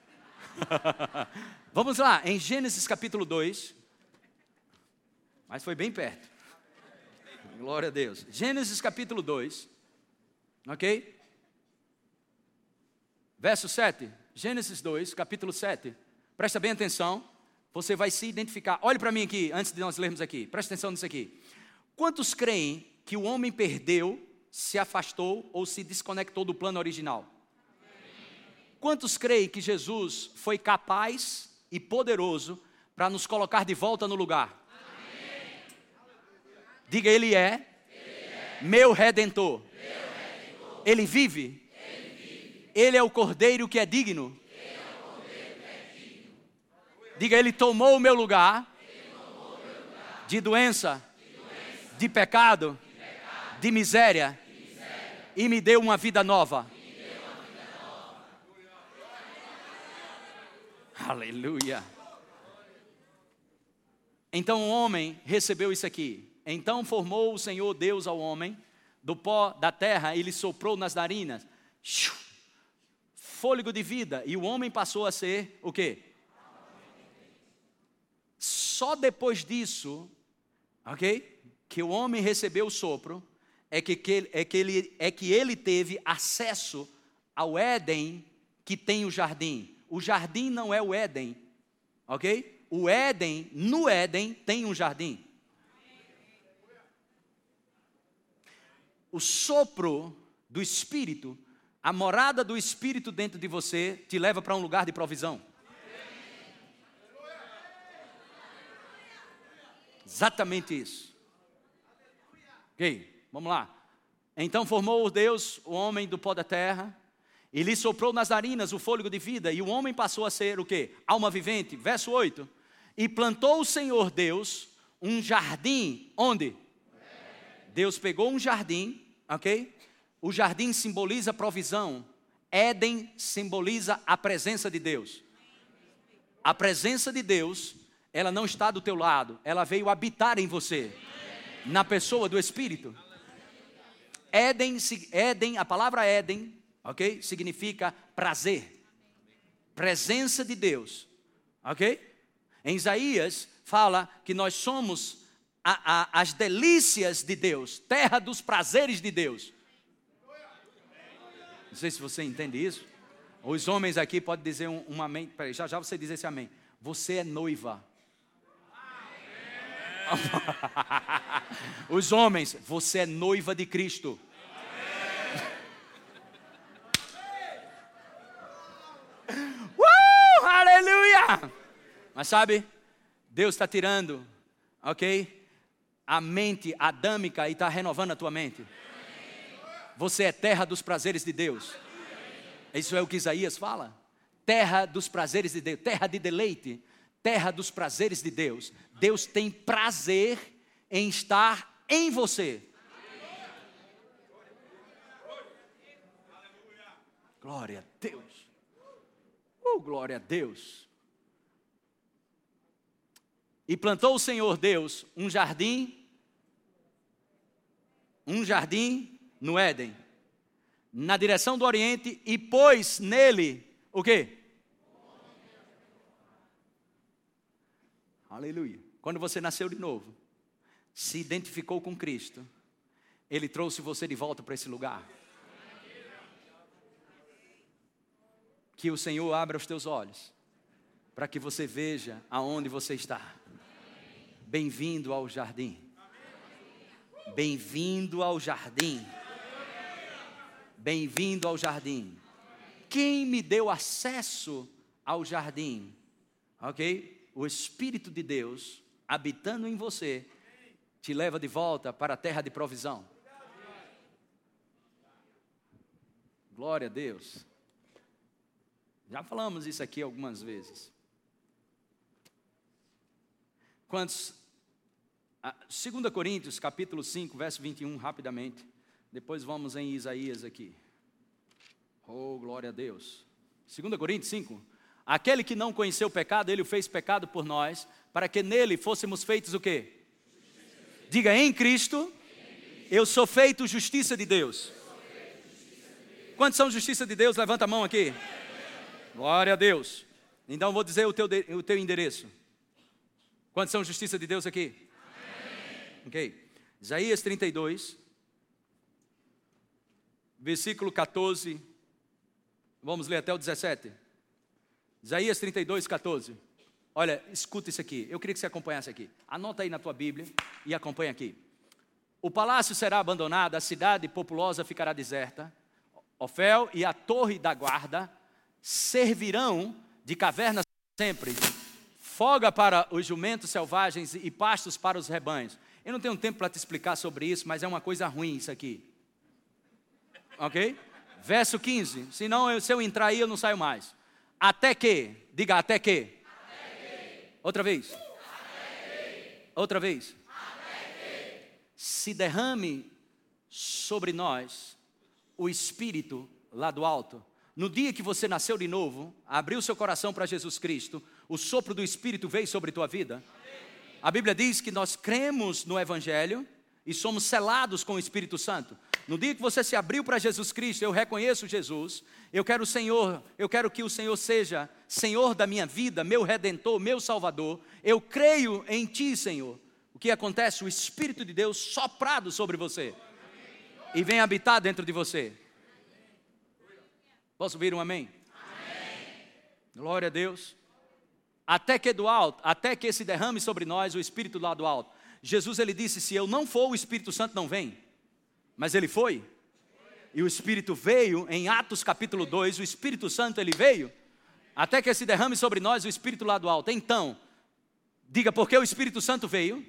Vamos lá, em Gênesis capítulo 2. Mas foi bem perto. Glória a Deus. Gênesis capítulo 2. Ok? Verso 7. Gênesis 2, capítulo 7. Presta bem atenção. Você vai se identificar. Olhe para mim aqui, antes de nós lermos aqui. Presta atenção nisso aqui. Quantos creem que o homem perdeu, se afastou ou se desconectou do plano original? Quantos creem que Jesus foi capaz e poderoso para nos colocar de volta no lugar? Diga, Ele é meu Redentor. Ele vive. Ele é o Cordeiro que é digno. Diga, Ele tomou o meu lugar de doença, de pecado, de miséria e me deu uma vida nova. Aleluia. Então o homem recebeu isso aqui. Então formou o Senhor Deus ao homem do pó da terra e lhe soprou nas narinas fôlego de vida, e o homem passou a ser o quê? Só depois disso, ok? Que o homem recebeu o sopro, é que ele teve acesso ao Éden que tem o jardim. O jardim não é o Éden, ok? O Éden, no Éden tem um jardim. O sopro do Espírito, a morada do Espírito dentro de você, te leva para um lugar de provisão. Exatamente isso. Ok, vamos lá. Então formou Deus o homem do pó da terra, e lhe soprou nas narinas o fôlego de vida, e o homem passou a ser o quê? Alma vivente. Verso 8. E plantou o Senhor Deus um jardim, onde? Deus pegou um jardim, ok? O jardim simboliza provisão. Éden simboliza a presença de Deus. A presença de Deus, ela não está do teu lado, ela veio habitar em você, na pessoa do Espírito. Éden, a palavra Éden, ok? Significa prazer. Presença de Deus, ok? Em Isaías fala que nós somos as delícias de Deus, terra dos prazeres de Deus. Não sei se você entende isso. Os homens aqui podem dizer um amém. Peraí, já você diz esse amém. Você é noiva. Os homens, você é noiva de Cristo. Aleluia! Mas sabe, Deus está tirando, ok? A mente adâmica e está renovando a tua mente. Você é terra dos prazeres de Deus. Isso é o que Isaías fala. Terra dos prazeres de Deus, terra de deleite, terra dos prazeres de Deus. Deus tem prazer em estar em você. Glória a Deus. Glória a Deus. E plantou o Senhor Deus um jardim no Éden, na direção do Oriente, e pôs nele o quê? Aleluia. Quando você nasceu de novo, se identificou com Cristo, Ele trouxe você de volta para esse lugar. Que o Senhor abra os teus olhos, para que você veja aonde você está. Bem-vindo ao jardim. Bem-vindo ao jardim. Bem-vindo ao jardim. Quem me deu acesso ao jardim? Ok? O Espírito de Deus, habitando em você, te leva de volta para a terra de provisão. Glória a Deus. Já falamos isso aqui algumas vezes. Quantos? 2 Coríntios, capítulo 5, verso 21, rapidamente. Depois vamos em Isaías aqui. Oh, glória a Deus. 2 Coríntios 5. Aquele que não conheceu o pecado, Ele o fez pecado por nós, para que nele fôssemos feitos o quê? Diga, em Cristo, Eu sou feito justiça de Deus. Quantos são justiça de Deus? Levanta a mão aqui. Glória a Deus. Então eu vou dizer o teu endereço. Quantos são justiça de Deus aqui? Ok. Isaías 32, versículo 14. Vamos ler até o 17. Isaías 32, 14. Olha, escuta isso aqui. Eu queria que você acompanhasse aqui. Anota aí na tua Bíblia e acompanha aqui. O palácio será abandonado, a cidade populosa ficará deserta. Ofel e a torre da guarda servirão de caverna sempre. Folga para os jumentos selvagens e pastos para os rebanhos. Eu não tenho tempo para te explicar sobre isso, mas é uma coisa ruim isso aqui. Ok? Verso 15. Senão, se eu entrar aí, eu não saio mais. Até que, diga até que. Outra vez. Outra vez. Se derrame sobre nós o Espírito lá do alto. No dia que você nasceu de novo, abriu seu coração para Jesus Cristo, o sopro do Espírito veio sobre tua vida. A Bíblia diz que nós cremos no Evangelho e somos selados com o Espírito Santo. No dia que você se abriu para Jesus Cristo, eu reconheço Jesus, eu quero que o Senhor seja Senhor da minha vida, meu Redentor, meu Salvador. Eu creio em Ti, Senhor. O que acontece? O Espírito de Deus soprado sobre você e vem habitar dentro de você. Posso ouvir um amém? Amém. Glória a Deus. Até que se derrame sobre nós o Espírito lá do alto. Jesus, ele disse, se eu não for, o Espírito Santo não vem. Mas ele foi. E o Espírito veio, em Atos capítulo 2, o Espírito Santo, ele veio. Até que se derrame sobre nós o Espírito lá do alto. Então, diga, porque o Espírito Santo veio.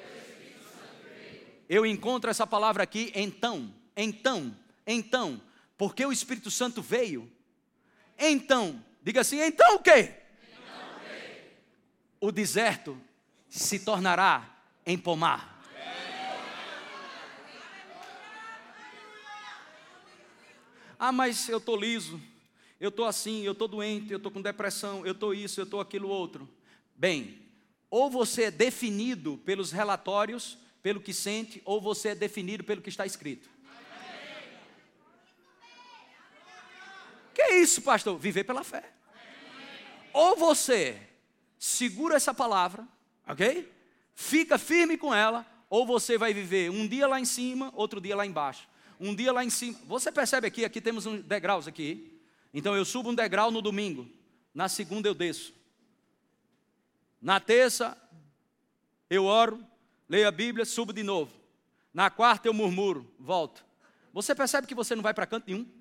Eu encontro essa palavra aqui, então. Porque o Espírito Santo veio. Então, diga assim, então o quê? O deserto se tornará em pomar. Ah, mas eu estou liso, eu estou assim, eu estou doente, eu estou com depressão, eu estou isso, eu estou aquilo outro. Bem, ou você é definido pelos relatórios, pelo que sente, ou você é definido pelo que está escrito. Que é isso, pastor? Viver pela fé. Ou você segura essa palavra, ok? Fica firme com ela, ou você vai viver um dia lá em cima, outro dia lá embaixo. Um dia lá em cima. Você percebe aqui temos uns degraus aqui. Então eu subo um degrau no domingo. Na segunda eu desço. Na terça eu oro, leio a Bíblia, subo de novo. Na quarta eu murmuro, volto. Você percebe que você não vai para canto nenhum?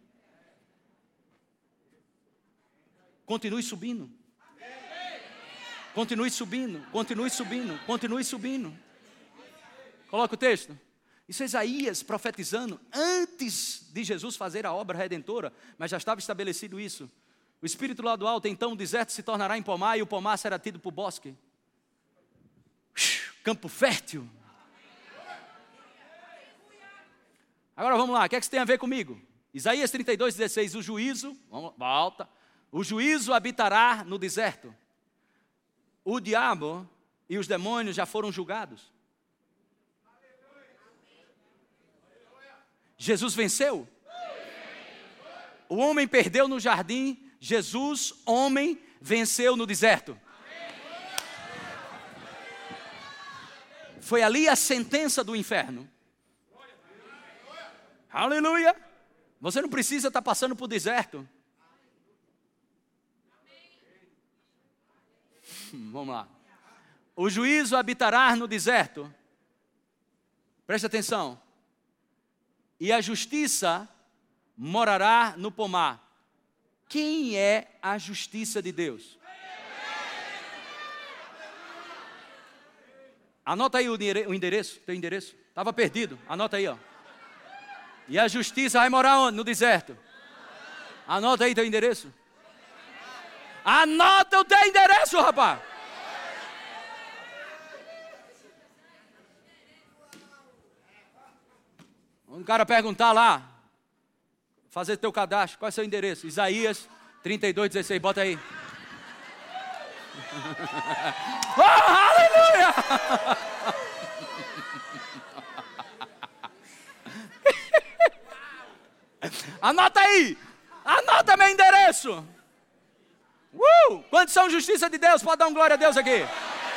Continue subindo. Continue subindo, continue subindo, continue subindo. Coloca o texto. Isso é Isaías profetizando antes de Jesus fazer a obra redentora, mas já estava estabelecido isso. O Espírito lá do alto, então o deserto se tornará em pomar e o pomar será tido por bosque. Campo fértil. Agora vamos lá, o que é que isso tem a ver comigo? Isaías 32, 16, o juízo, volta, o juízo habitará no deserto. O diabo e os demônios já foram julgados. Jesus venceu. O homem perdeu no jardim, Jesus, homem, venceu no deserto. Foi ali a sentença do inferno. Aleluia! Você não precisa estar passando por deserto. Vamos lá. O juízo habitará no deserto. Preste atenção. E a justiça morará no pomar. Quem é a justiça de Deus? Anota aí o endereço, teu endereço. Estava perdido, anota aí, ó. E a justiça vai morar onde? No deserto. Anota aí teu endereço. Anota o teu endereço, rapaz. Um cara perguntar lá, fazer teu cadastro, qual é o seu endereço? Isaías 32, 16, bota aí. Oh, aleluia! Anota aí. Anota meu endereço. Quantos são justiça de Deus? Pode dar um glória a Deus aqui.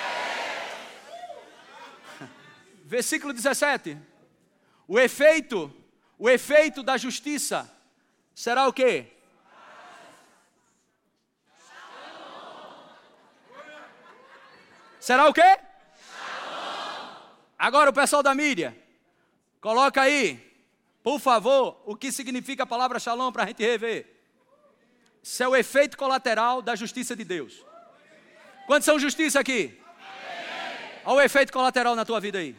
Versículo 17. O efeito da justiça será o quê? Será o quê? Agora o pessoal da mídia, coloca aí, por favor, o que significa a palavra shalom para a gente rever. Isso é o efeito colateral da justiça de Deus. Quantos são justiça aqui? Olha o efeito colateral na tua vida aí.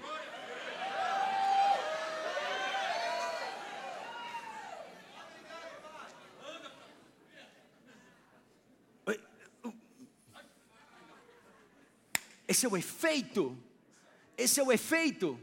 Esse é o efeito. Esse é o efeito.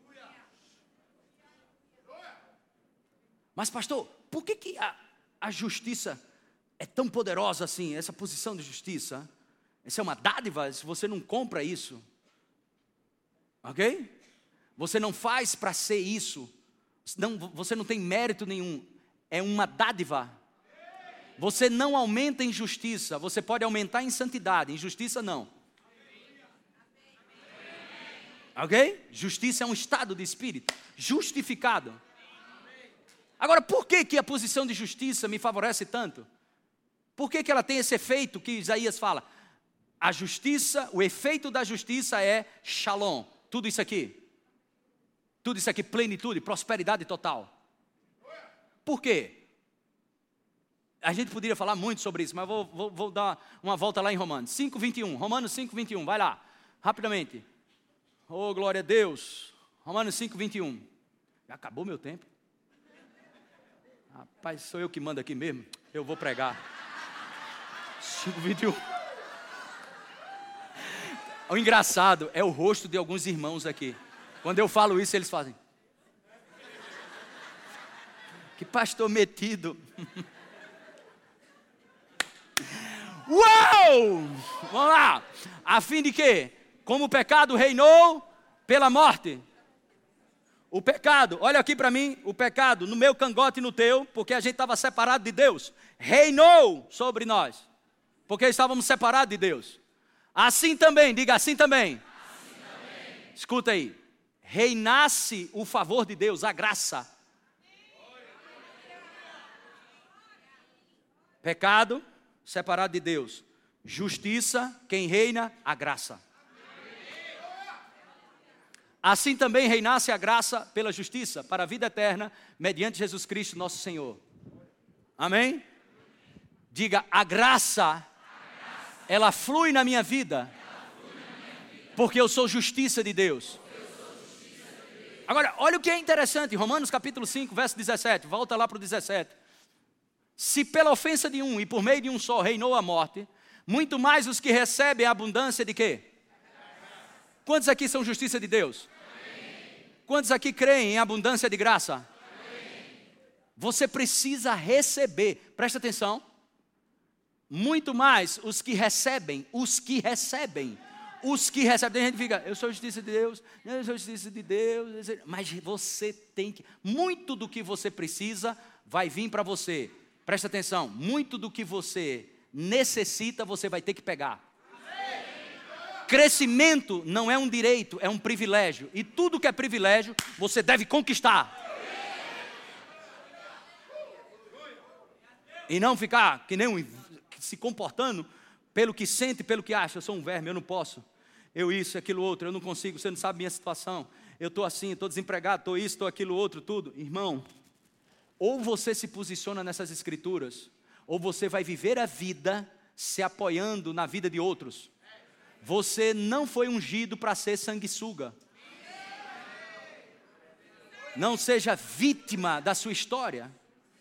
Mas pastor, por que a justiça é tão poderosa assim? Essa posição de justiça, essa é uma dádiva, se você não compra isso, ok? Você não faz para ser isso, você não tem mérito nenhum, é uma dádiva. Você não aumenta em justiça, você pode aumentar em santidade, em justiça não. Ok? Justiça é um estado de espírito, justificado. Agora, por que a posição de justiça me favorece tanto? Por que ela tem esse efeito que Isaías fala? A justiça, o efeito da justiça é shalom. Tudo isso aqui, plenitude, prosperidade total. Por quê? A gente poderia falar muito sobre isso, mas vou dar uma volta lá em Romanos 5:21. Romanos 5:21, vai lá, rapidamente. Oh, glória a Deus. Romanos 5:21. Já acabou meu tempo? Rapaz, sou eu que mando aqui mesmo. Eu vou pregar. 5:21. O engraçado é o rosto de alguns irmãos aqui. Quando eu falo isso, eles fazem. Que pastor metido. Uau! Vamos lá. A fim de quê? Como o pecado reinou pela morte. O pecado, olha aqui para mim, o pecado no meu cangote e no teu, porque a gente estava separado de Deus, reinou sobre nós, porque estávamos separados de Deus. Assim também, diga assim também. Assim também. Escuta aí, reinasse o favor de Deus, a graça. Pecado, separado de Deus. Justiça, quem reina, a graça. Assim também reinasse a graça pela justiça, para a vida eterna, mediante Jesus Cristo nosso Senhor. Amém? Diga, a graça, ela flui na minha vida, porque eu sou justiça de Deus. Agora, olha o que é interessante, Romanos capítulo 5, verso 17, volta lá para o 17. Se pela ofensa de um e por meio de um só reinou a morte, muito mais os que recebem a abundância de quê? Quantos aqui são justiça de Deus? Amém. Quantos aqui creem em abundância de graça? Amém. Você precisa receber, presta atenção, muito mais os que recebem, tem gente que fica, eu sou justiça de Deus, eu sou justiça de Deus, mas você tem que, muito do que você precisa vai vir para você, presta atenção, muito do que você necessita você vai ter que pegar. Crescimento não é um direito, é um privilégio. E tudo que é privilégio, você deve conquistar. E não ficar que nem se comportando pelo que sente, pelo que acha. Eu sou um verme, eu não posso. Eu isso, aquilo outro, eu não consigo, você não sabe minha situação. Eu estou assim, estou desempregado, estou isso, estou aquilo outro, tudo. Irmão, ou você se posiciona nessas escrituras, ou você vai viver a vida se apoiando na vida de outros. Você não foi ungido para ser sanguessuga. Não seja vítima da sua história.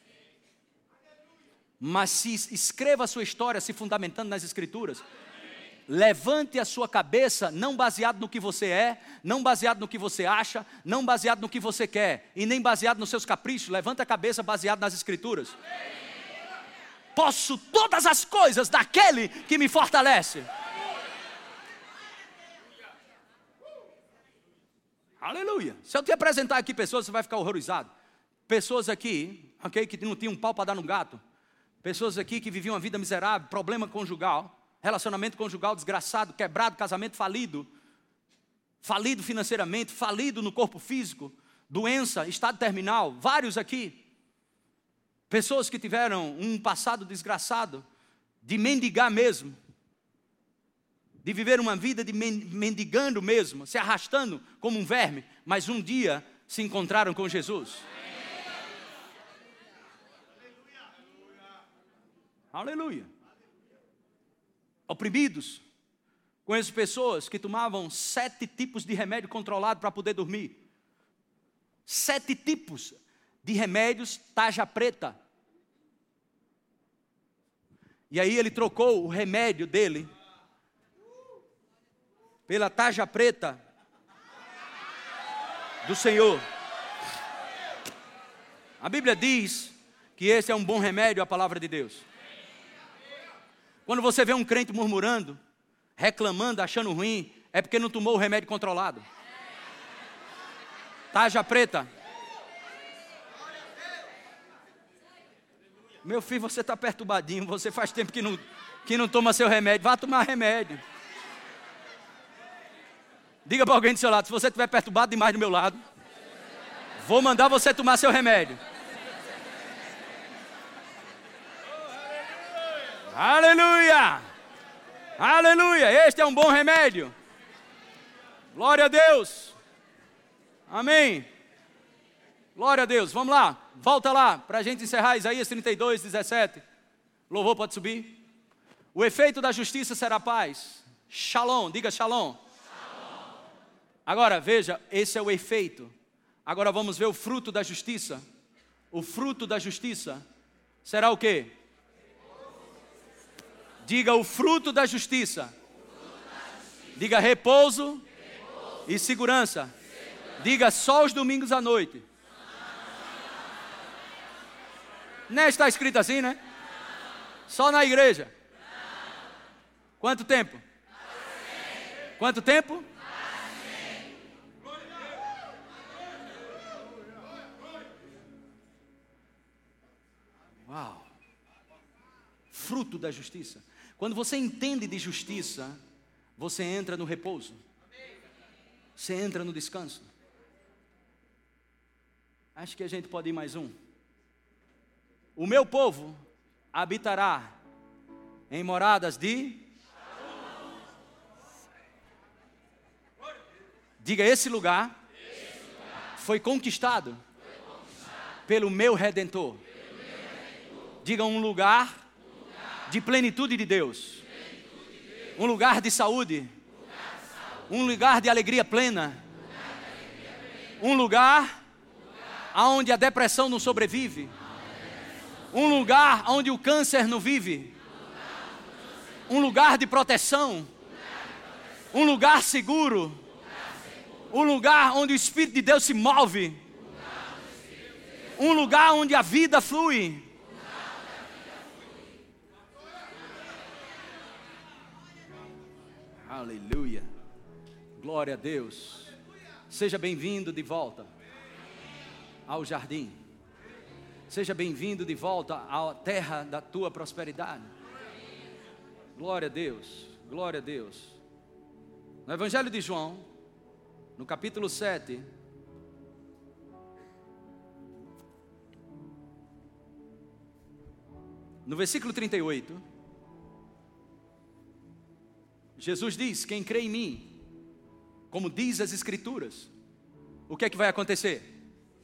Mas se escreva a sua história se fundamentando nas escrituras. Levante a sua cabeça não baseado no que você é, não baseado no que você acha, não baseado no que você quer e nem baseado nos seus caprichos. Levante a cabeça baseado nas escrituras. Posso todas as coisas daquele que me fortalece. Aleluia. Se eu te apresentar aqui pessoas, você vai ficar horrorizado. Pessoas aqui, ok? Que não tinham um pau para dar no gato. Pessoas aqui que viviam uma vida miserável, problema conjugal, relacionamento conjugal desgraçado, quebrado, casamento falido, falido financeiramente, falido no corpo físico, doença, estado terminal, vários aqui. Pessoas que tiveram um passado desgraçado, de mendigar mesmo, de viver uma vida de mendigando mesmo, se arrastando como um verme, mas um dia se encontraram com Jesus. Aleluia. Oprimidos. Conheço pessoas que tomavam 7 tipos de remédio controlado para poder dormir. 7 tipos de remédios tarja preta. E aí ele trocou o remédio dele pela tarja preta do Senhor. A Bíblia diz que esse é um bom remédio, a palavra de Deus. Quando você vê um crente murmurando, reclamando, achando ruim, é porque não tomou o remédio controlado. Tarja preta. Meu filho, você está perturbadinho, você faz tempo que não toma seu remédio, vá tomar remédio. Diga para alguém do seu lado, se você estiver perturbado demais do meu lado, vou mandar você tomar seu remédio. Aleluia! Aleluia! Este é um bom remédio. Glória a Deus. Amém. Glória a Deus. Vamos lá. Volta lá para a gente encerrar Isaías 32, 17. Louvor, pode subir. O efeito da justiça será paz. Shalom, diga shalom. Agora, veja, esse é o efeito. Agora vamos ver o fruto da justiça. O fruto da justiça será o quê? Diga o fruto da justiça. Diga repouso e segurança. Diga só os domingos à noite. Não está escrito assim, né? Só na igreja. Quanto tempo? Quanto tempo? Uau! Fruto da justiça. Quando você entende de justiça, você entra no repouso. Você entra no descanso. Acho que a gente pode ir mais um. O meu povo habitará em moradas de... Diga, esse lugar foi conquistado pelo meu Redentor. Diga, um lugar de plenitude de Deus. Um lugar de saúde. Um lugar de alegria plena. Um lugar onde a depressão não sobrevive. Um lugar onde o câncer não vive. Um lugar de proteção. Um lugar seguro. Um lugar onde o Espírito de Deus se move. Um lugar onde a vida flui. Aleluia. Glória a Deus. Seja bem-vindo de volta ao jardim. Seja bem-vindo de volta à terra da tua prosperidade. Glória a Deus. Glória a Deus. No Evangelho de João, no capítulo 7, no versículo 38, Jesus diz: quem crê em mim, como diz as Escrituras, o que é que vai acontecer?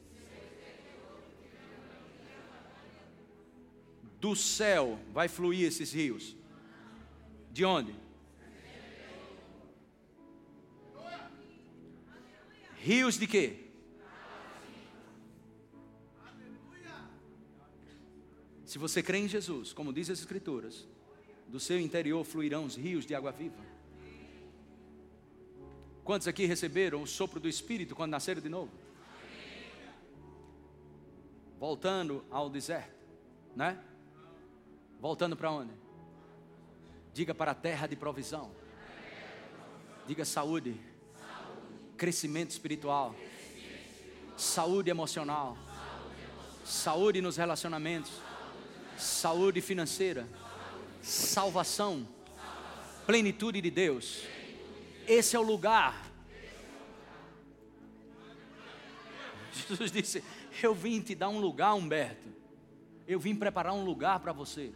Do céu vai fluir esses rios. De onde? Rios de quê? Se você crê em Jesus, como diz as Escrituras, do seu interior fluirão os rios de água viva. Quantos aqui receberam o sopro do Espírito quando nasceram de novo? Voltando ao deserto, né? Voltando para onde? Diga, para a terra de provisão. Diga saúde. Crescimento espiritual. Saúde emocional. saúde nos relacionamentos, saúde financeira, salvação, plenitude de Deus. Esse é o lugar. Jesus disse: eu vim te dar um lugar, Humberto. Eu vim preparar um lugar para você.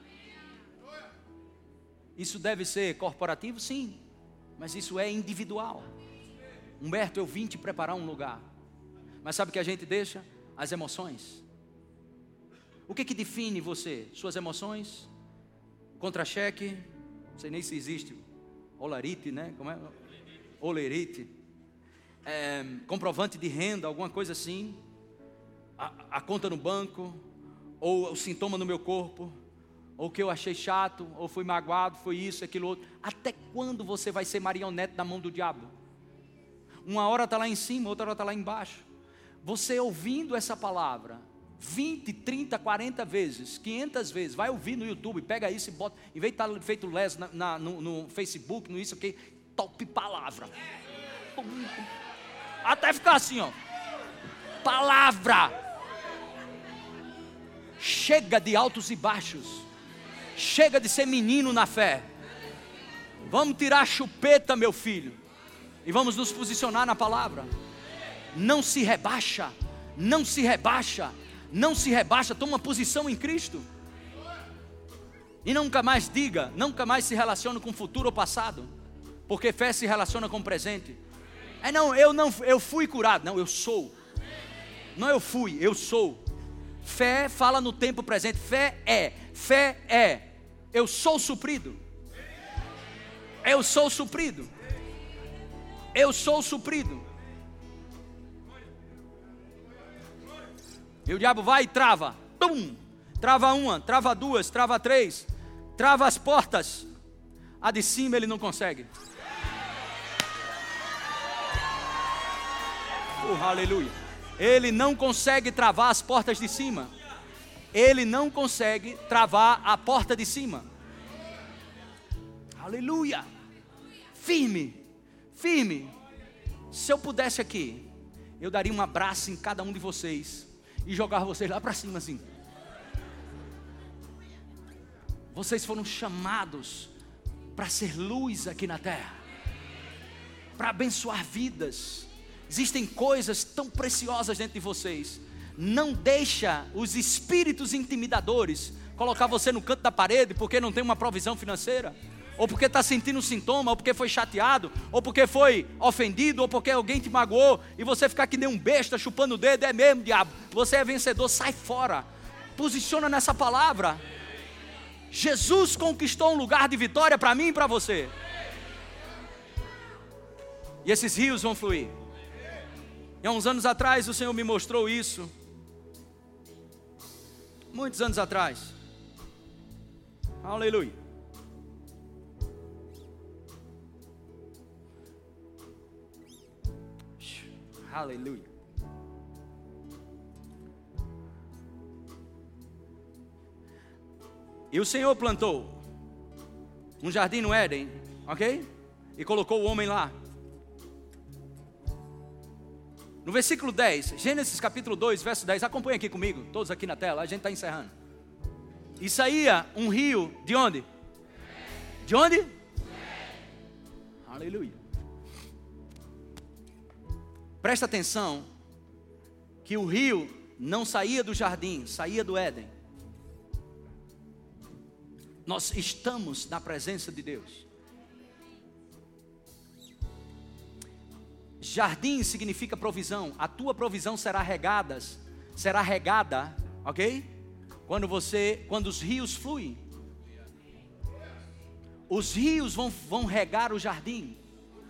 Isso deve ser corporativo? Sim. Mas isso é individual. Humberto, eu vim te preparar um lugar. Mas sabe o que a gente deixa? As emoções. O que define você? Suas emoções? Contra-cheque? Não sei nem se existe. Olerite, né? Como é? Olerite. Comprovante de renda, alguma coisa assim. A conta no banco. Ou o sintoma no meu corpo. Ou que eu achei chato. Ou fui magoado, foi isso, aquilo outro. Até quando você vai ser marionete na mão do diabo? Uma hora está lá em cima, outra hora está lá embaixo. Você ouvindo essa palavra 20, 30, 40 vezes, 500 vezes, vai ouvir no YouTube, pega isso e bota, em vez de estar feito les no Facebook, no isso aqui, top palavra. Até ficar assim, ó. Palavra. Chega de altos e baixos. Chega de ser menino na fé. Vamos tirar a chupeta, meu filho, e vamos nos posicionar na palavra. Não se rebaixa. Não se rebaixa. Não se rebaixa. Toma uma posição em Cristo. E nunca mais diga, nunca mais se relacione com o futuro ou passado, porque fé se relaciona com o presente. Eu fui curado. Não, eu sou. Não, eu fui, eu sou. Fé fala no tempo presente. Fé é. Eu sou suprido. Eu sou suprido. Eu sou suprido. E o diabo vai e trava. Tum! Trava uma, trava duas, trava três. Trava as portas. A de cima ele não consegue. Aleluia. Ele não consegue travar as portas de cima. Ele não consegue travar a porta de cima. Aleluia. Firme. Firme. Se eu pudesse aqui, eu daria um abraço em cada um de vocês e jogar vocês lá para cima assim. Vocês foram chamados para ser luz aqui na terra, para abençoar vidas. Existem coisas tão preciosas dentro de vocês. Não deixa os espíritos intimidadores colocar você no canto da parede porque não tem uma provisão financeira, ou porque está sentindo um sintoma, ou porque foi chateado, ou porque foi ofendido, ou porque alguém te magoou, e você ficar que nem um besta chupando o dedo. É mesmo, diabo, você é vencedor, sai fora. Posiciona nessa palavra. Jesus conquistou um lugar de vitória para mim e para você. E esses rios vão fluir. E há uns anos atrás o Senhor me mostrou isso. Muitos anos atrás. Aleluia. Aleluia. E o Senhor plantou um jardim no Éden, ok? E colocou o homem lá. No versículo 10, Gênesis capítulo 2, verso 10, acompanha aqui comigo, todos aqui na tela, a gente está encerrando. E saía um rio, de onde? De onde? Aleluia. Presta atenção, que o rio não saía do jardim, saía do Éden. Nós estamos na presença de Deus. Jardim significa provisão. A tua provisão será regada, ok? Quando os rios fluem. Os rios vão regar o jardim.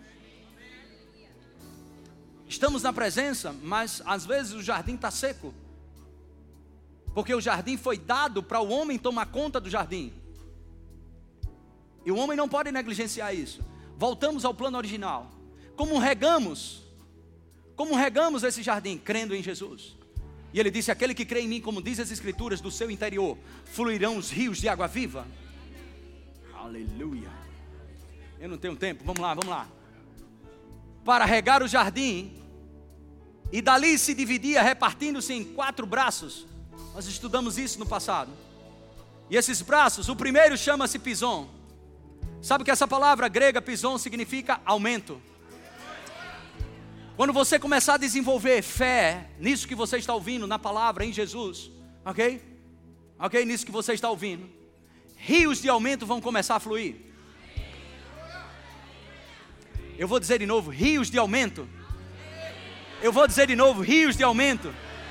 Estamos na presença, mas às vezes o jardim está seco. Porque o jardim foi dado para o homem tomar conta do jardim. E o homem não pode negligenciar isso. Voltamos ao plano original. Como regamos esse jardim? Crendo em Jesus. E ele disse: aquele que crê em mim, como diz as escrituras, do seu interior fluirão os rios de água viva. Aleluia. Eu não tenho tempo, vamos lá. Para regar o jardim, e dali se dividia, repartindo-se em 4 braços. Nós estudamos isso no passado. E esses braços, o primeiro chama-se pison. Sabe que essa palavra grega pison significa aumento. Quando você começar a desenvolver fé nisso que você está ouvindo, na palavra, em Jesus, ok? Ok, nisso que você está ouvindo, rios de aumento vão começar a fluir. Eu vou dizer de novo, rios de aumento. Eu vou dizer de novo, rios de aumento.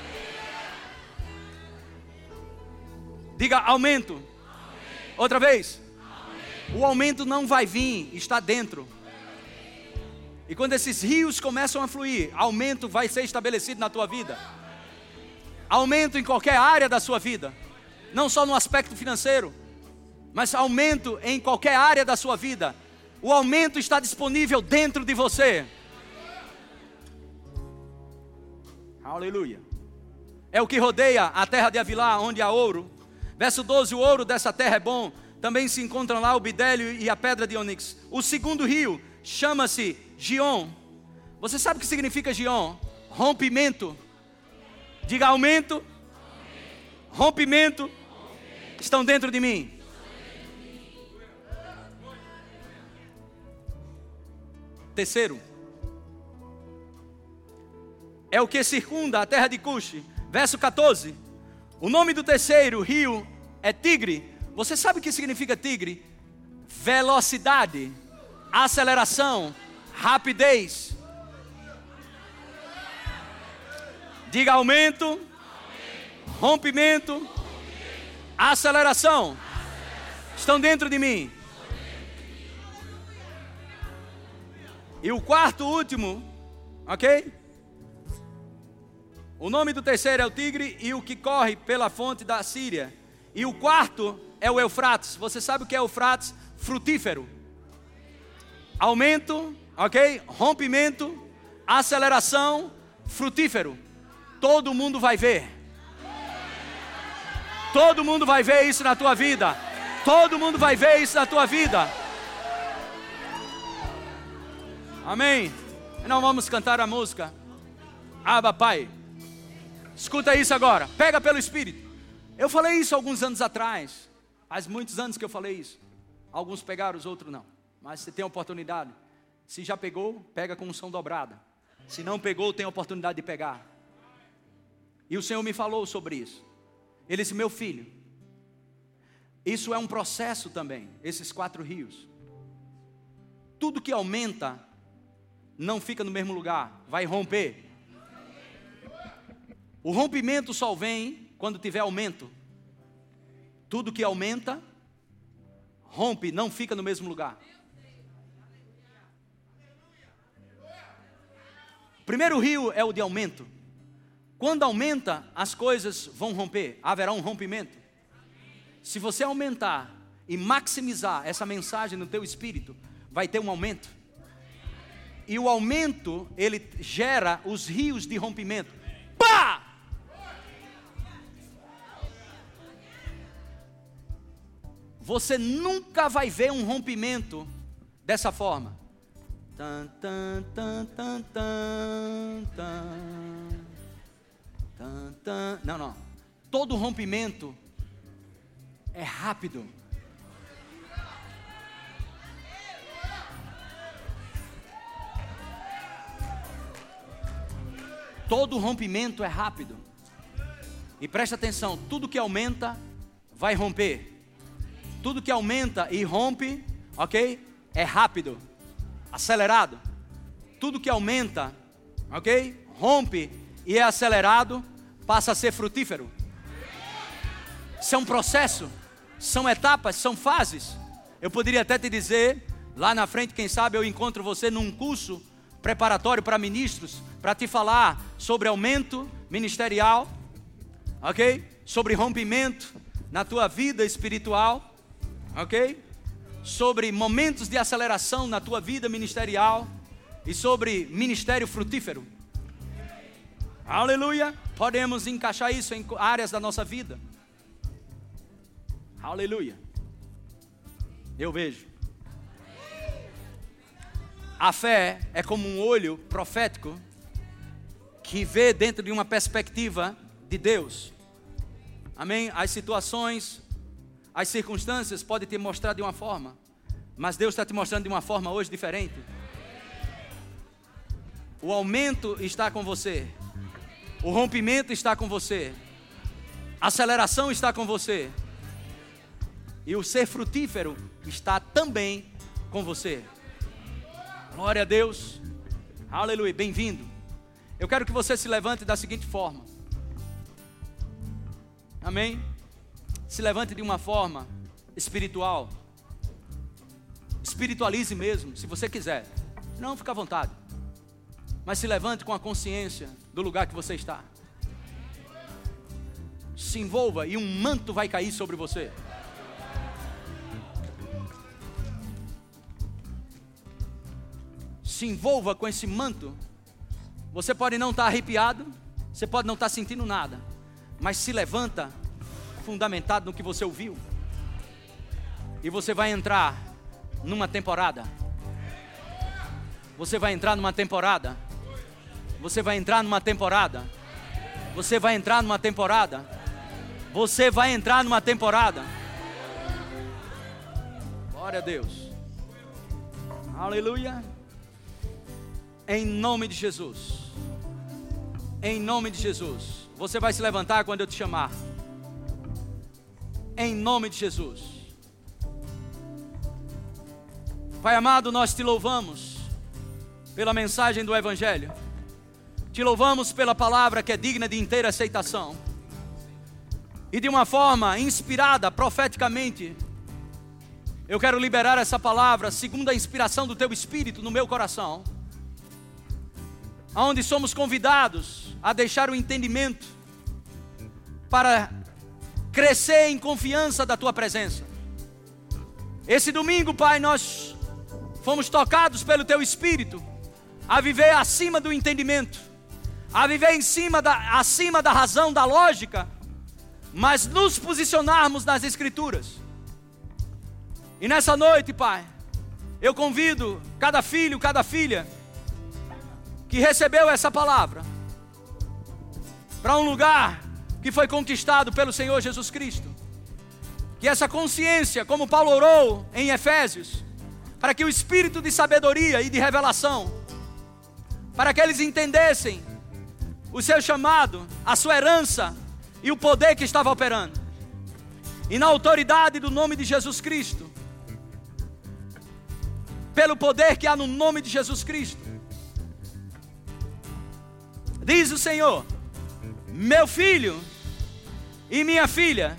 Diga aumento. Outra vez. O aumento não vai vir, está dentro. E quando esses rios começam a fluir, aumento vai ser estabelecido na tua vida. Aumento em qualquer área da sua vida. Não só no aspecto financeiro, mas aumento em qualquer área da sua vida. O aumento está disponível dentro de você. Aleluia. É o que rodeia a terra de Havilá, onde há ouro. Verso 12, o ouro dessa terra é bom. Também se encontram lá o bidélio e a pedra de ônix. O segundo rio chama-se Gion. Você sabe o que significa Gion? Rompimento. Diga aumento. Rompimento. Estão dentro de mim. Terceiro, é o que circunda a terra de Cush. Verso 14, o nome do terceiro rio é Tigre. Você sabe o que significa Tigre? Velocidade, aceleração, rapidez. Diga aumento, rompimento, aceleração. Estão dentro de mim. E o quarto, último, ok? O nome do terceiro é o Tigre e o que corre pela fonte da Síria. E o quarto é o Eufrates. Você sabe o que é Eufrates? Frutífero. Aumento, ok? Rompimento, aceleração, frutífero. Todo mundo vai ver. Todo mundo vai ver isso na tua vida. Todo mundo vai ver isso na tua vida. Amém. Não vamos cantar a música Abba Pai. Escuta isso agora. Pega pelo Espírito. Eu falei isso alguns anos atrás. Faz muitos anos que eu falei isso. Alguns pegaram, os outros não. Mas você tem a oportunidade. Se já pegou, pega com unção dobrada. Se não pegou, tem a oportunidade de pegar. E o Senhor me falou sobre isso. Ele disse, meu filho, isso é um processo também. Esses 4 rios. Tudo que aumenta não fica no mesmo lugar, vai romper. O rompimento só vem quando tiver aumento. Tudo que aumenta, rompe, não fica no mesmo lugar. O primeiro rio é o de aumento. Quando aumenta, as coisas vão romper, haverá um rompimento. Se você aumentar e maximizar essa mensagem no teu espírito, vai ter um aumento. E o aumento, ele gera os rios de rompimento. Pá! Você nunca vai ver um rompimento dessa forma. Tan, tan, tan, tan, tan, tan, tan, tan. Não. Todo rompimento é rápido. Todo rompimento é rápido. E preste atenção, tudo que aumenta vai romper. Tudo que aumenta e rompe, ok? É rápido, acelerado. Tudo que aumenta, ok? Rompe e é acelerado, passa a ser frutífero. Isso é um processo, são etapas, são fases. Eu poderia até te dizer, lá na frente, quem sabe eu encontro você num curso preparatório para ministros, para te falar sobre aumento ministerial, ok? Sobre rompimento na tua vida espiritual, ok? Sobre momentos de aceleração na tua vida ministerial e sobre ministério frutífero. Aleluia! Podemos encaixar isso em áreas da nossa vida. Aleluia! Eu vejo. A fé é como um olho profético que vê dentro de uma perspectiva de Deus. Amém? As situações, as circunstâncias podem te mostrar de uma forma, mas Deus está te mostrando de uma forma hoje diferente. O aumento está com você. O rompimento está com você. A aceleração está com você. E o ser frutífero está também com você. Glória a Deus. Aleluia. Bem-vindo. Eu quero que você se levante da seguinte forma. Amém? Se levante de uma forma espiritual. Espiritualize mesmo, se você quiser. Não, fica à vontade. Mas se levante com a consciência do lugar que você está. Se envolva e um manto vai cair sobre você. Se envolva com esse manto. Você pode não estar arrepiado, você pode não estar sentindo nada, mas se levanta fundamentado no que você ouviu. E você vai entrar numa temporada. Você vai entrar numa temporada. Você vai entrar numa temporada. Você vai entrar numa temporada. Você vai entrar numa temporada. Glória a Deus. Aleluia. Em nome de Jesus. Em nome de Jesus. Você vai se levantar quando eu te chamar. Em nome de Jesus. Pai amado, nós te louvamos pela mensagem do Evangelho. Te louvamos pela palavra que é digna de inteira aceitação. E de uma forma inspirada profeticamente, eu quero liberar essa palavra segundo a inspiração do Teu Espírito no meu coração. Onde somos convidados a deixar o entendimento para crescer em confiança da Tua presença. Esse domingo, Pai, nós fomos tocados pelo Teu Espírito a viver acima do entendimento, a viver acima da razão, da lógica, mas nos posicionarmos nas Escrituras. E nessa noite, Pai, eu convido cada filho, cada filha que recebeu essa palavra para um lugar que foi conquistado pelo Senhor Jesus Cristo. Que essa consciência, como Paulo orou em Efésios, para que o espírito de sabedoria e de revelação, para que eles entendessem o seu chamado, a sua herança e o poder que estava operando. E na autoridade do nome de Jesus Cristo, pelo poder que há no nome de Jesus Cristo, diz o Senhor: meu filho e minha filha,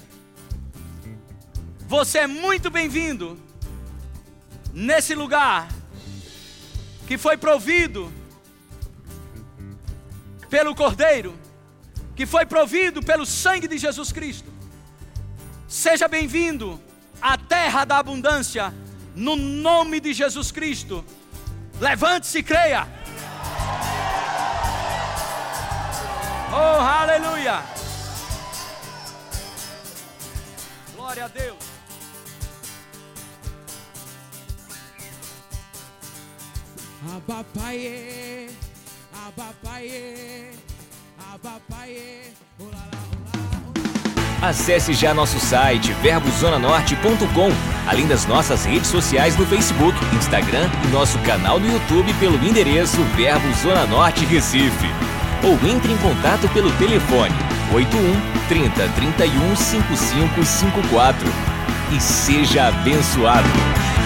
você é muito bem-vindo nesse lugar que foi provido pelo Cordeiro, que foi provido pelo sangue de Jesus Cristo. Seja bem-vindo à terra da abundância, no nome de Jesus Cristo. Levante-se e creia. Oh, aleluia. Glória a Deus. Abapaie, abapaie, abapaie, olá, olá. Acesse já nosso site verbozonanorte.com, além das nossas redes sociais no Facebook, Instagram e nosso canal no YouTube pelo endereço Verbo Zona Norte Recife. Ou entre em contato pelo telefone 81 30 31 5554 e seja abençoado.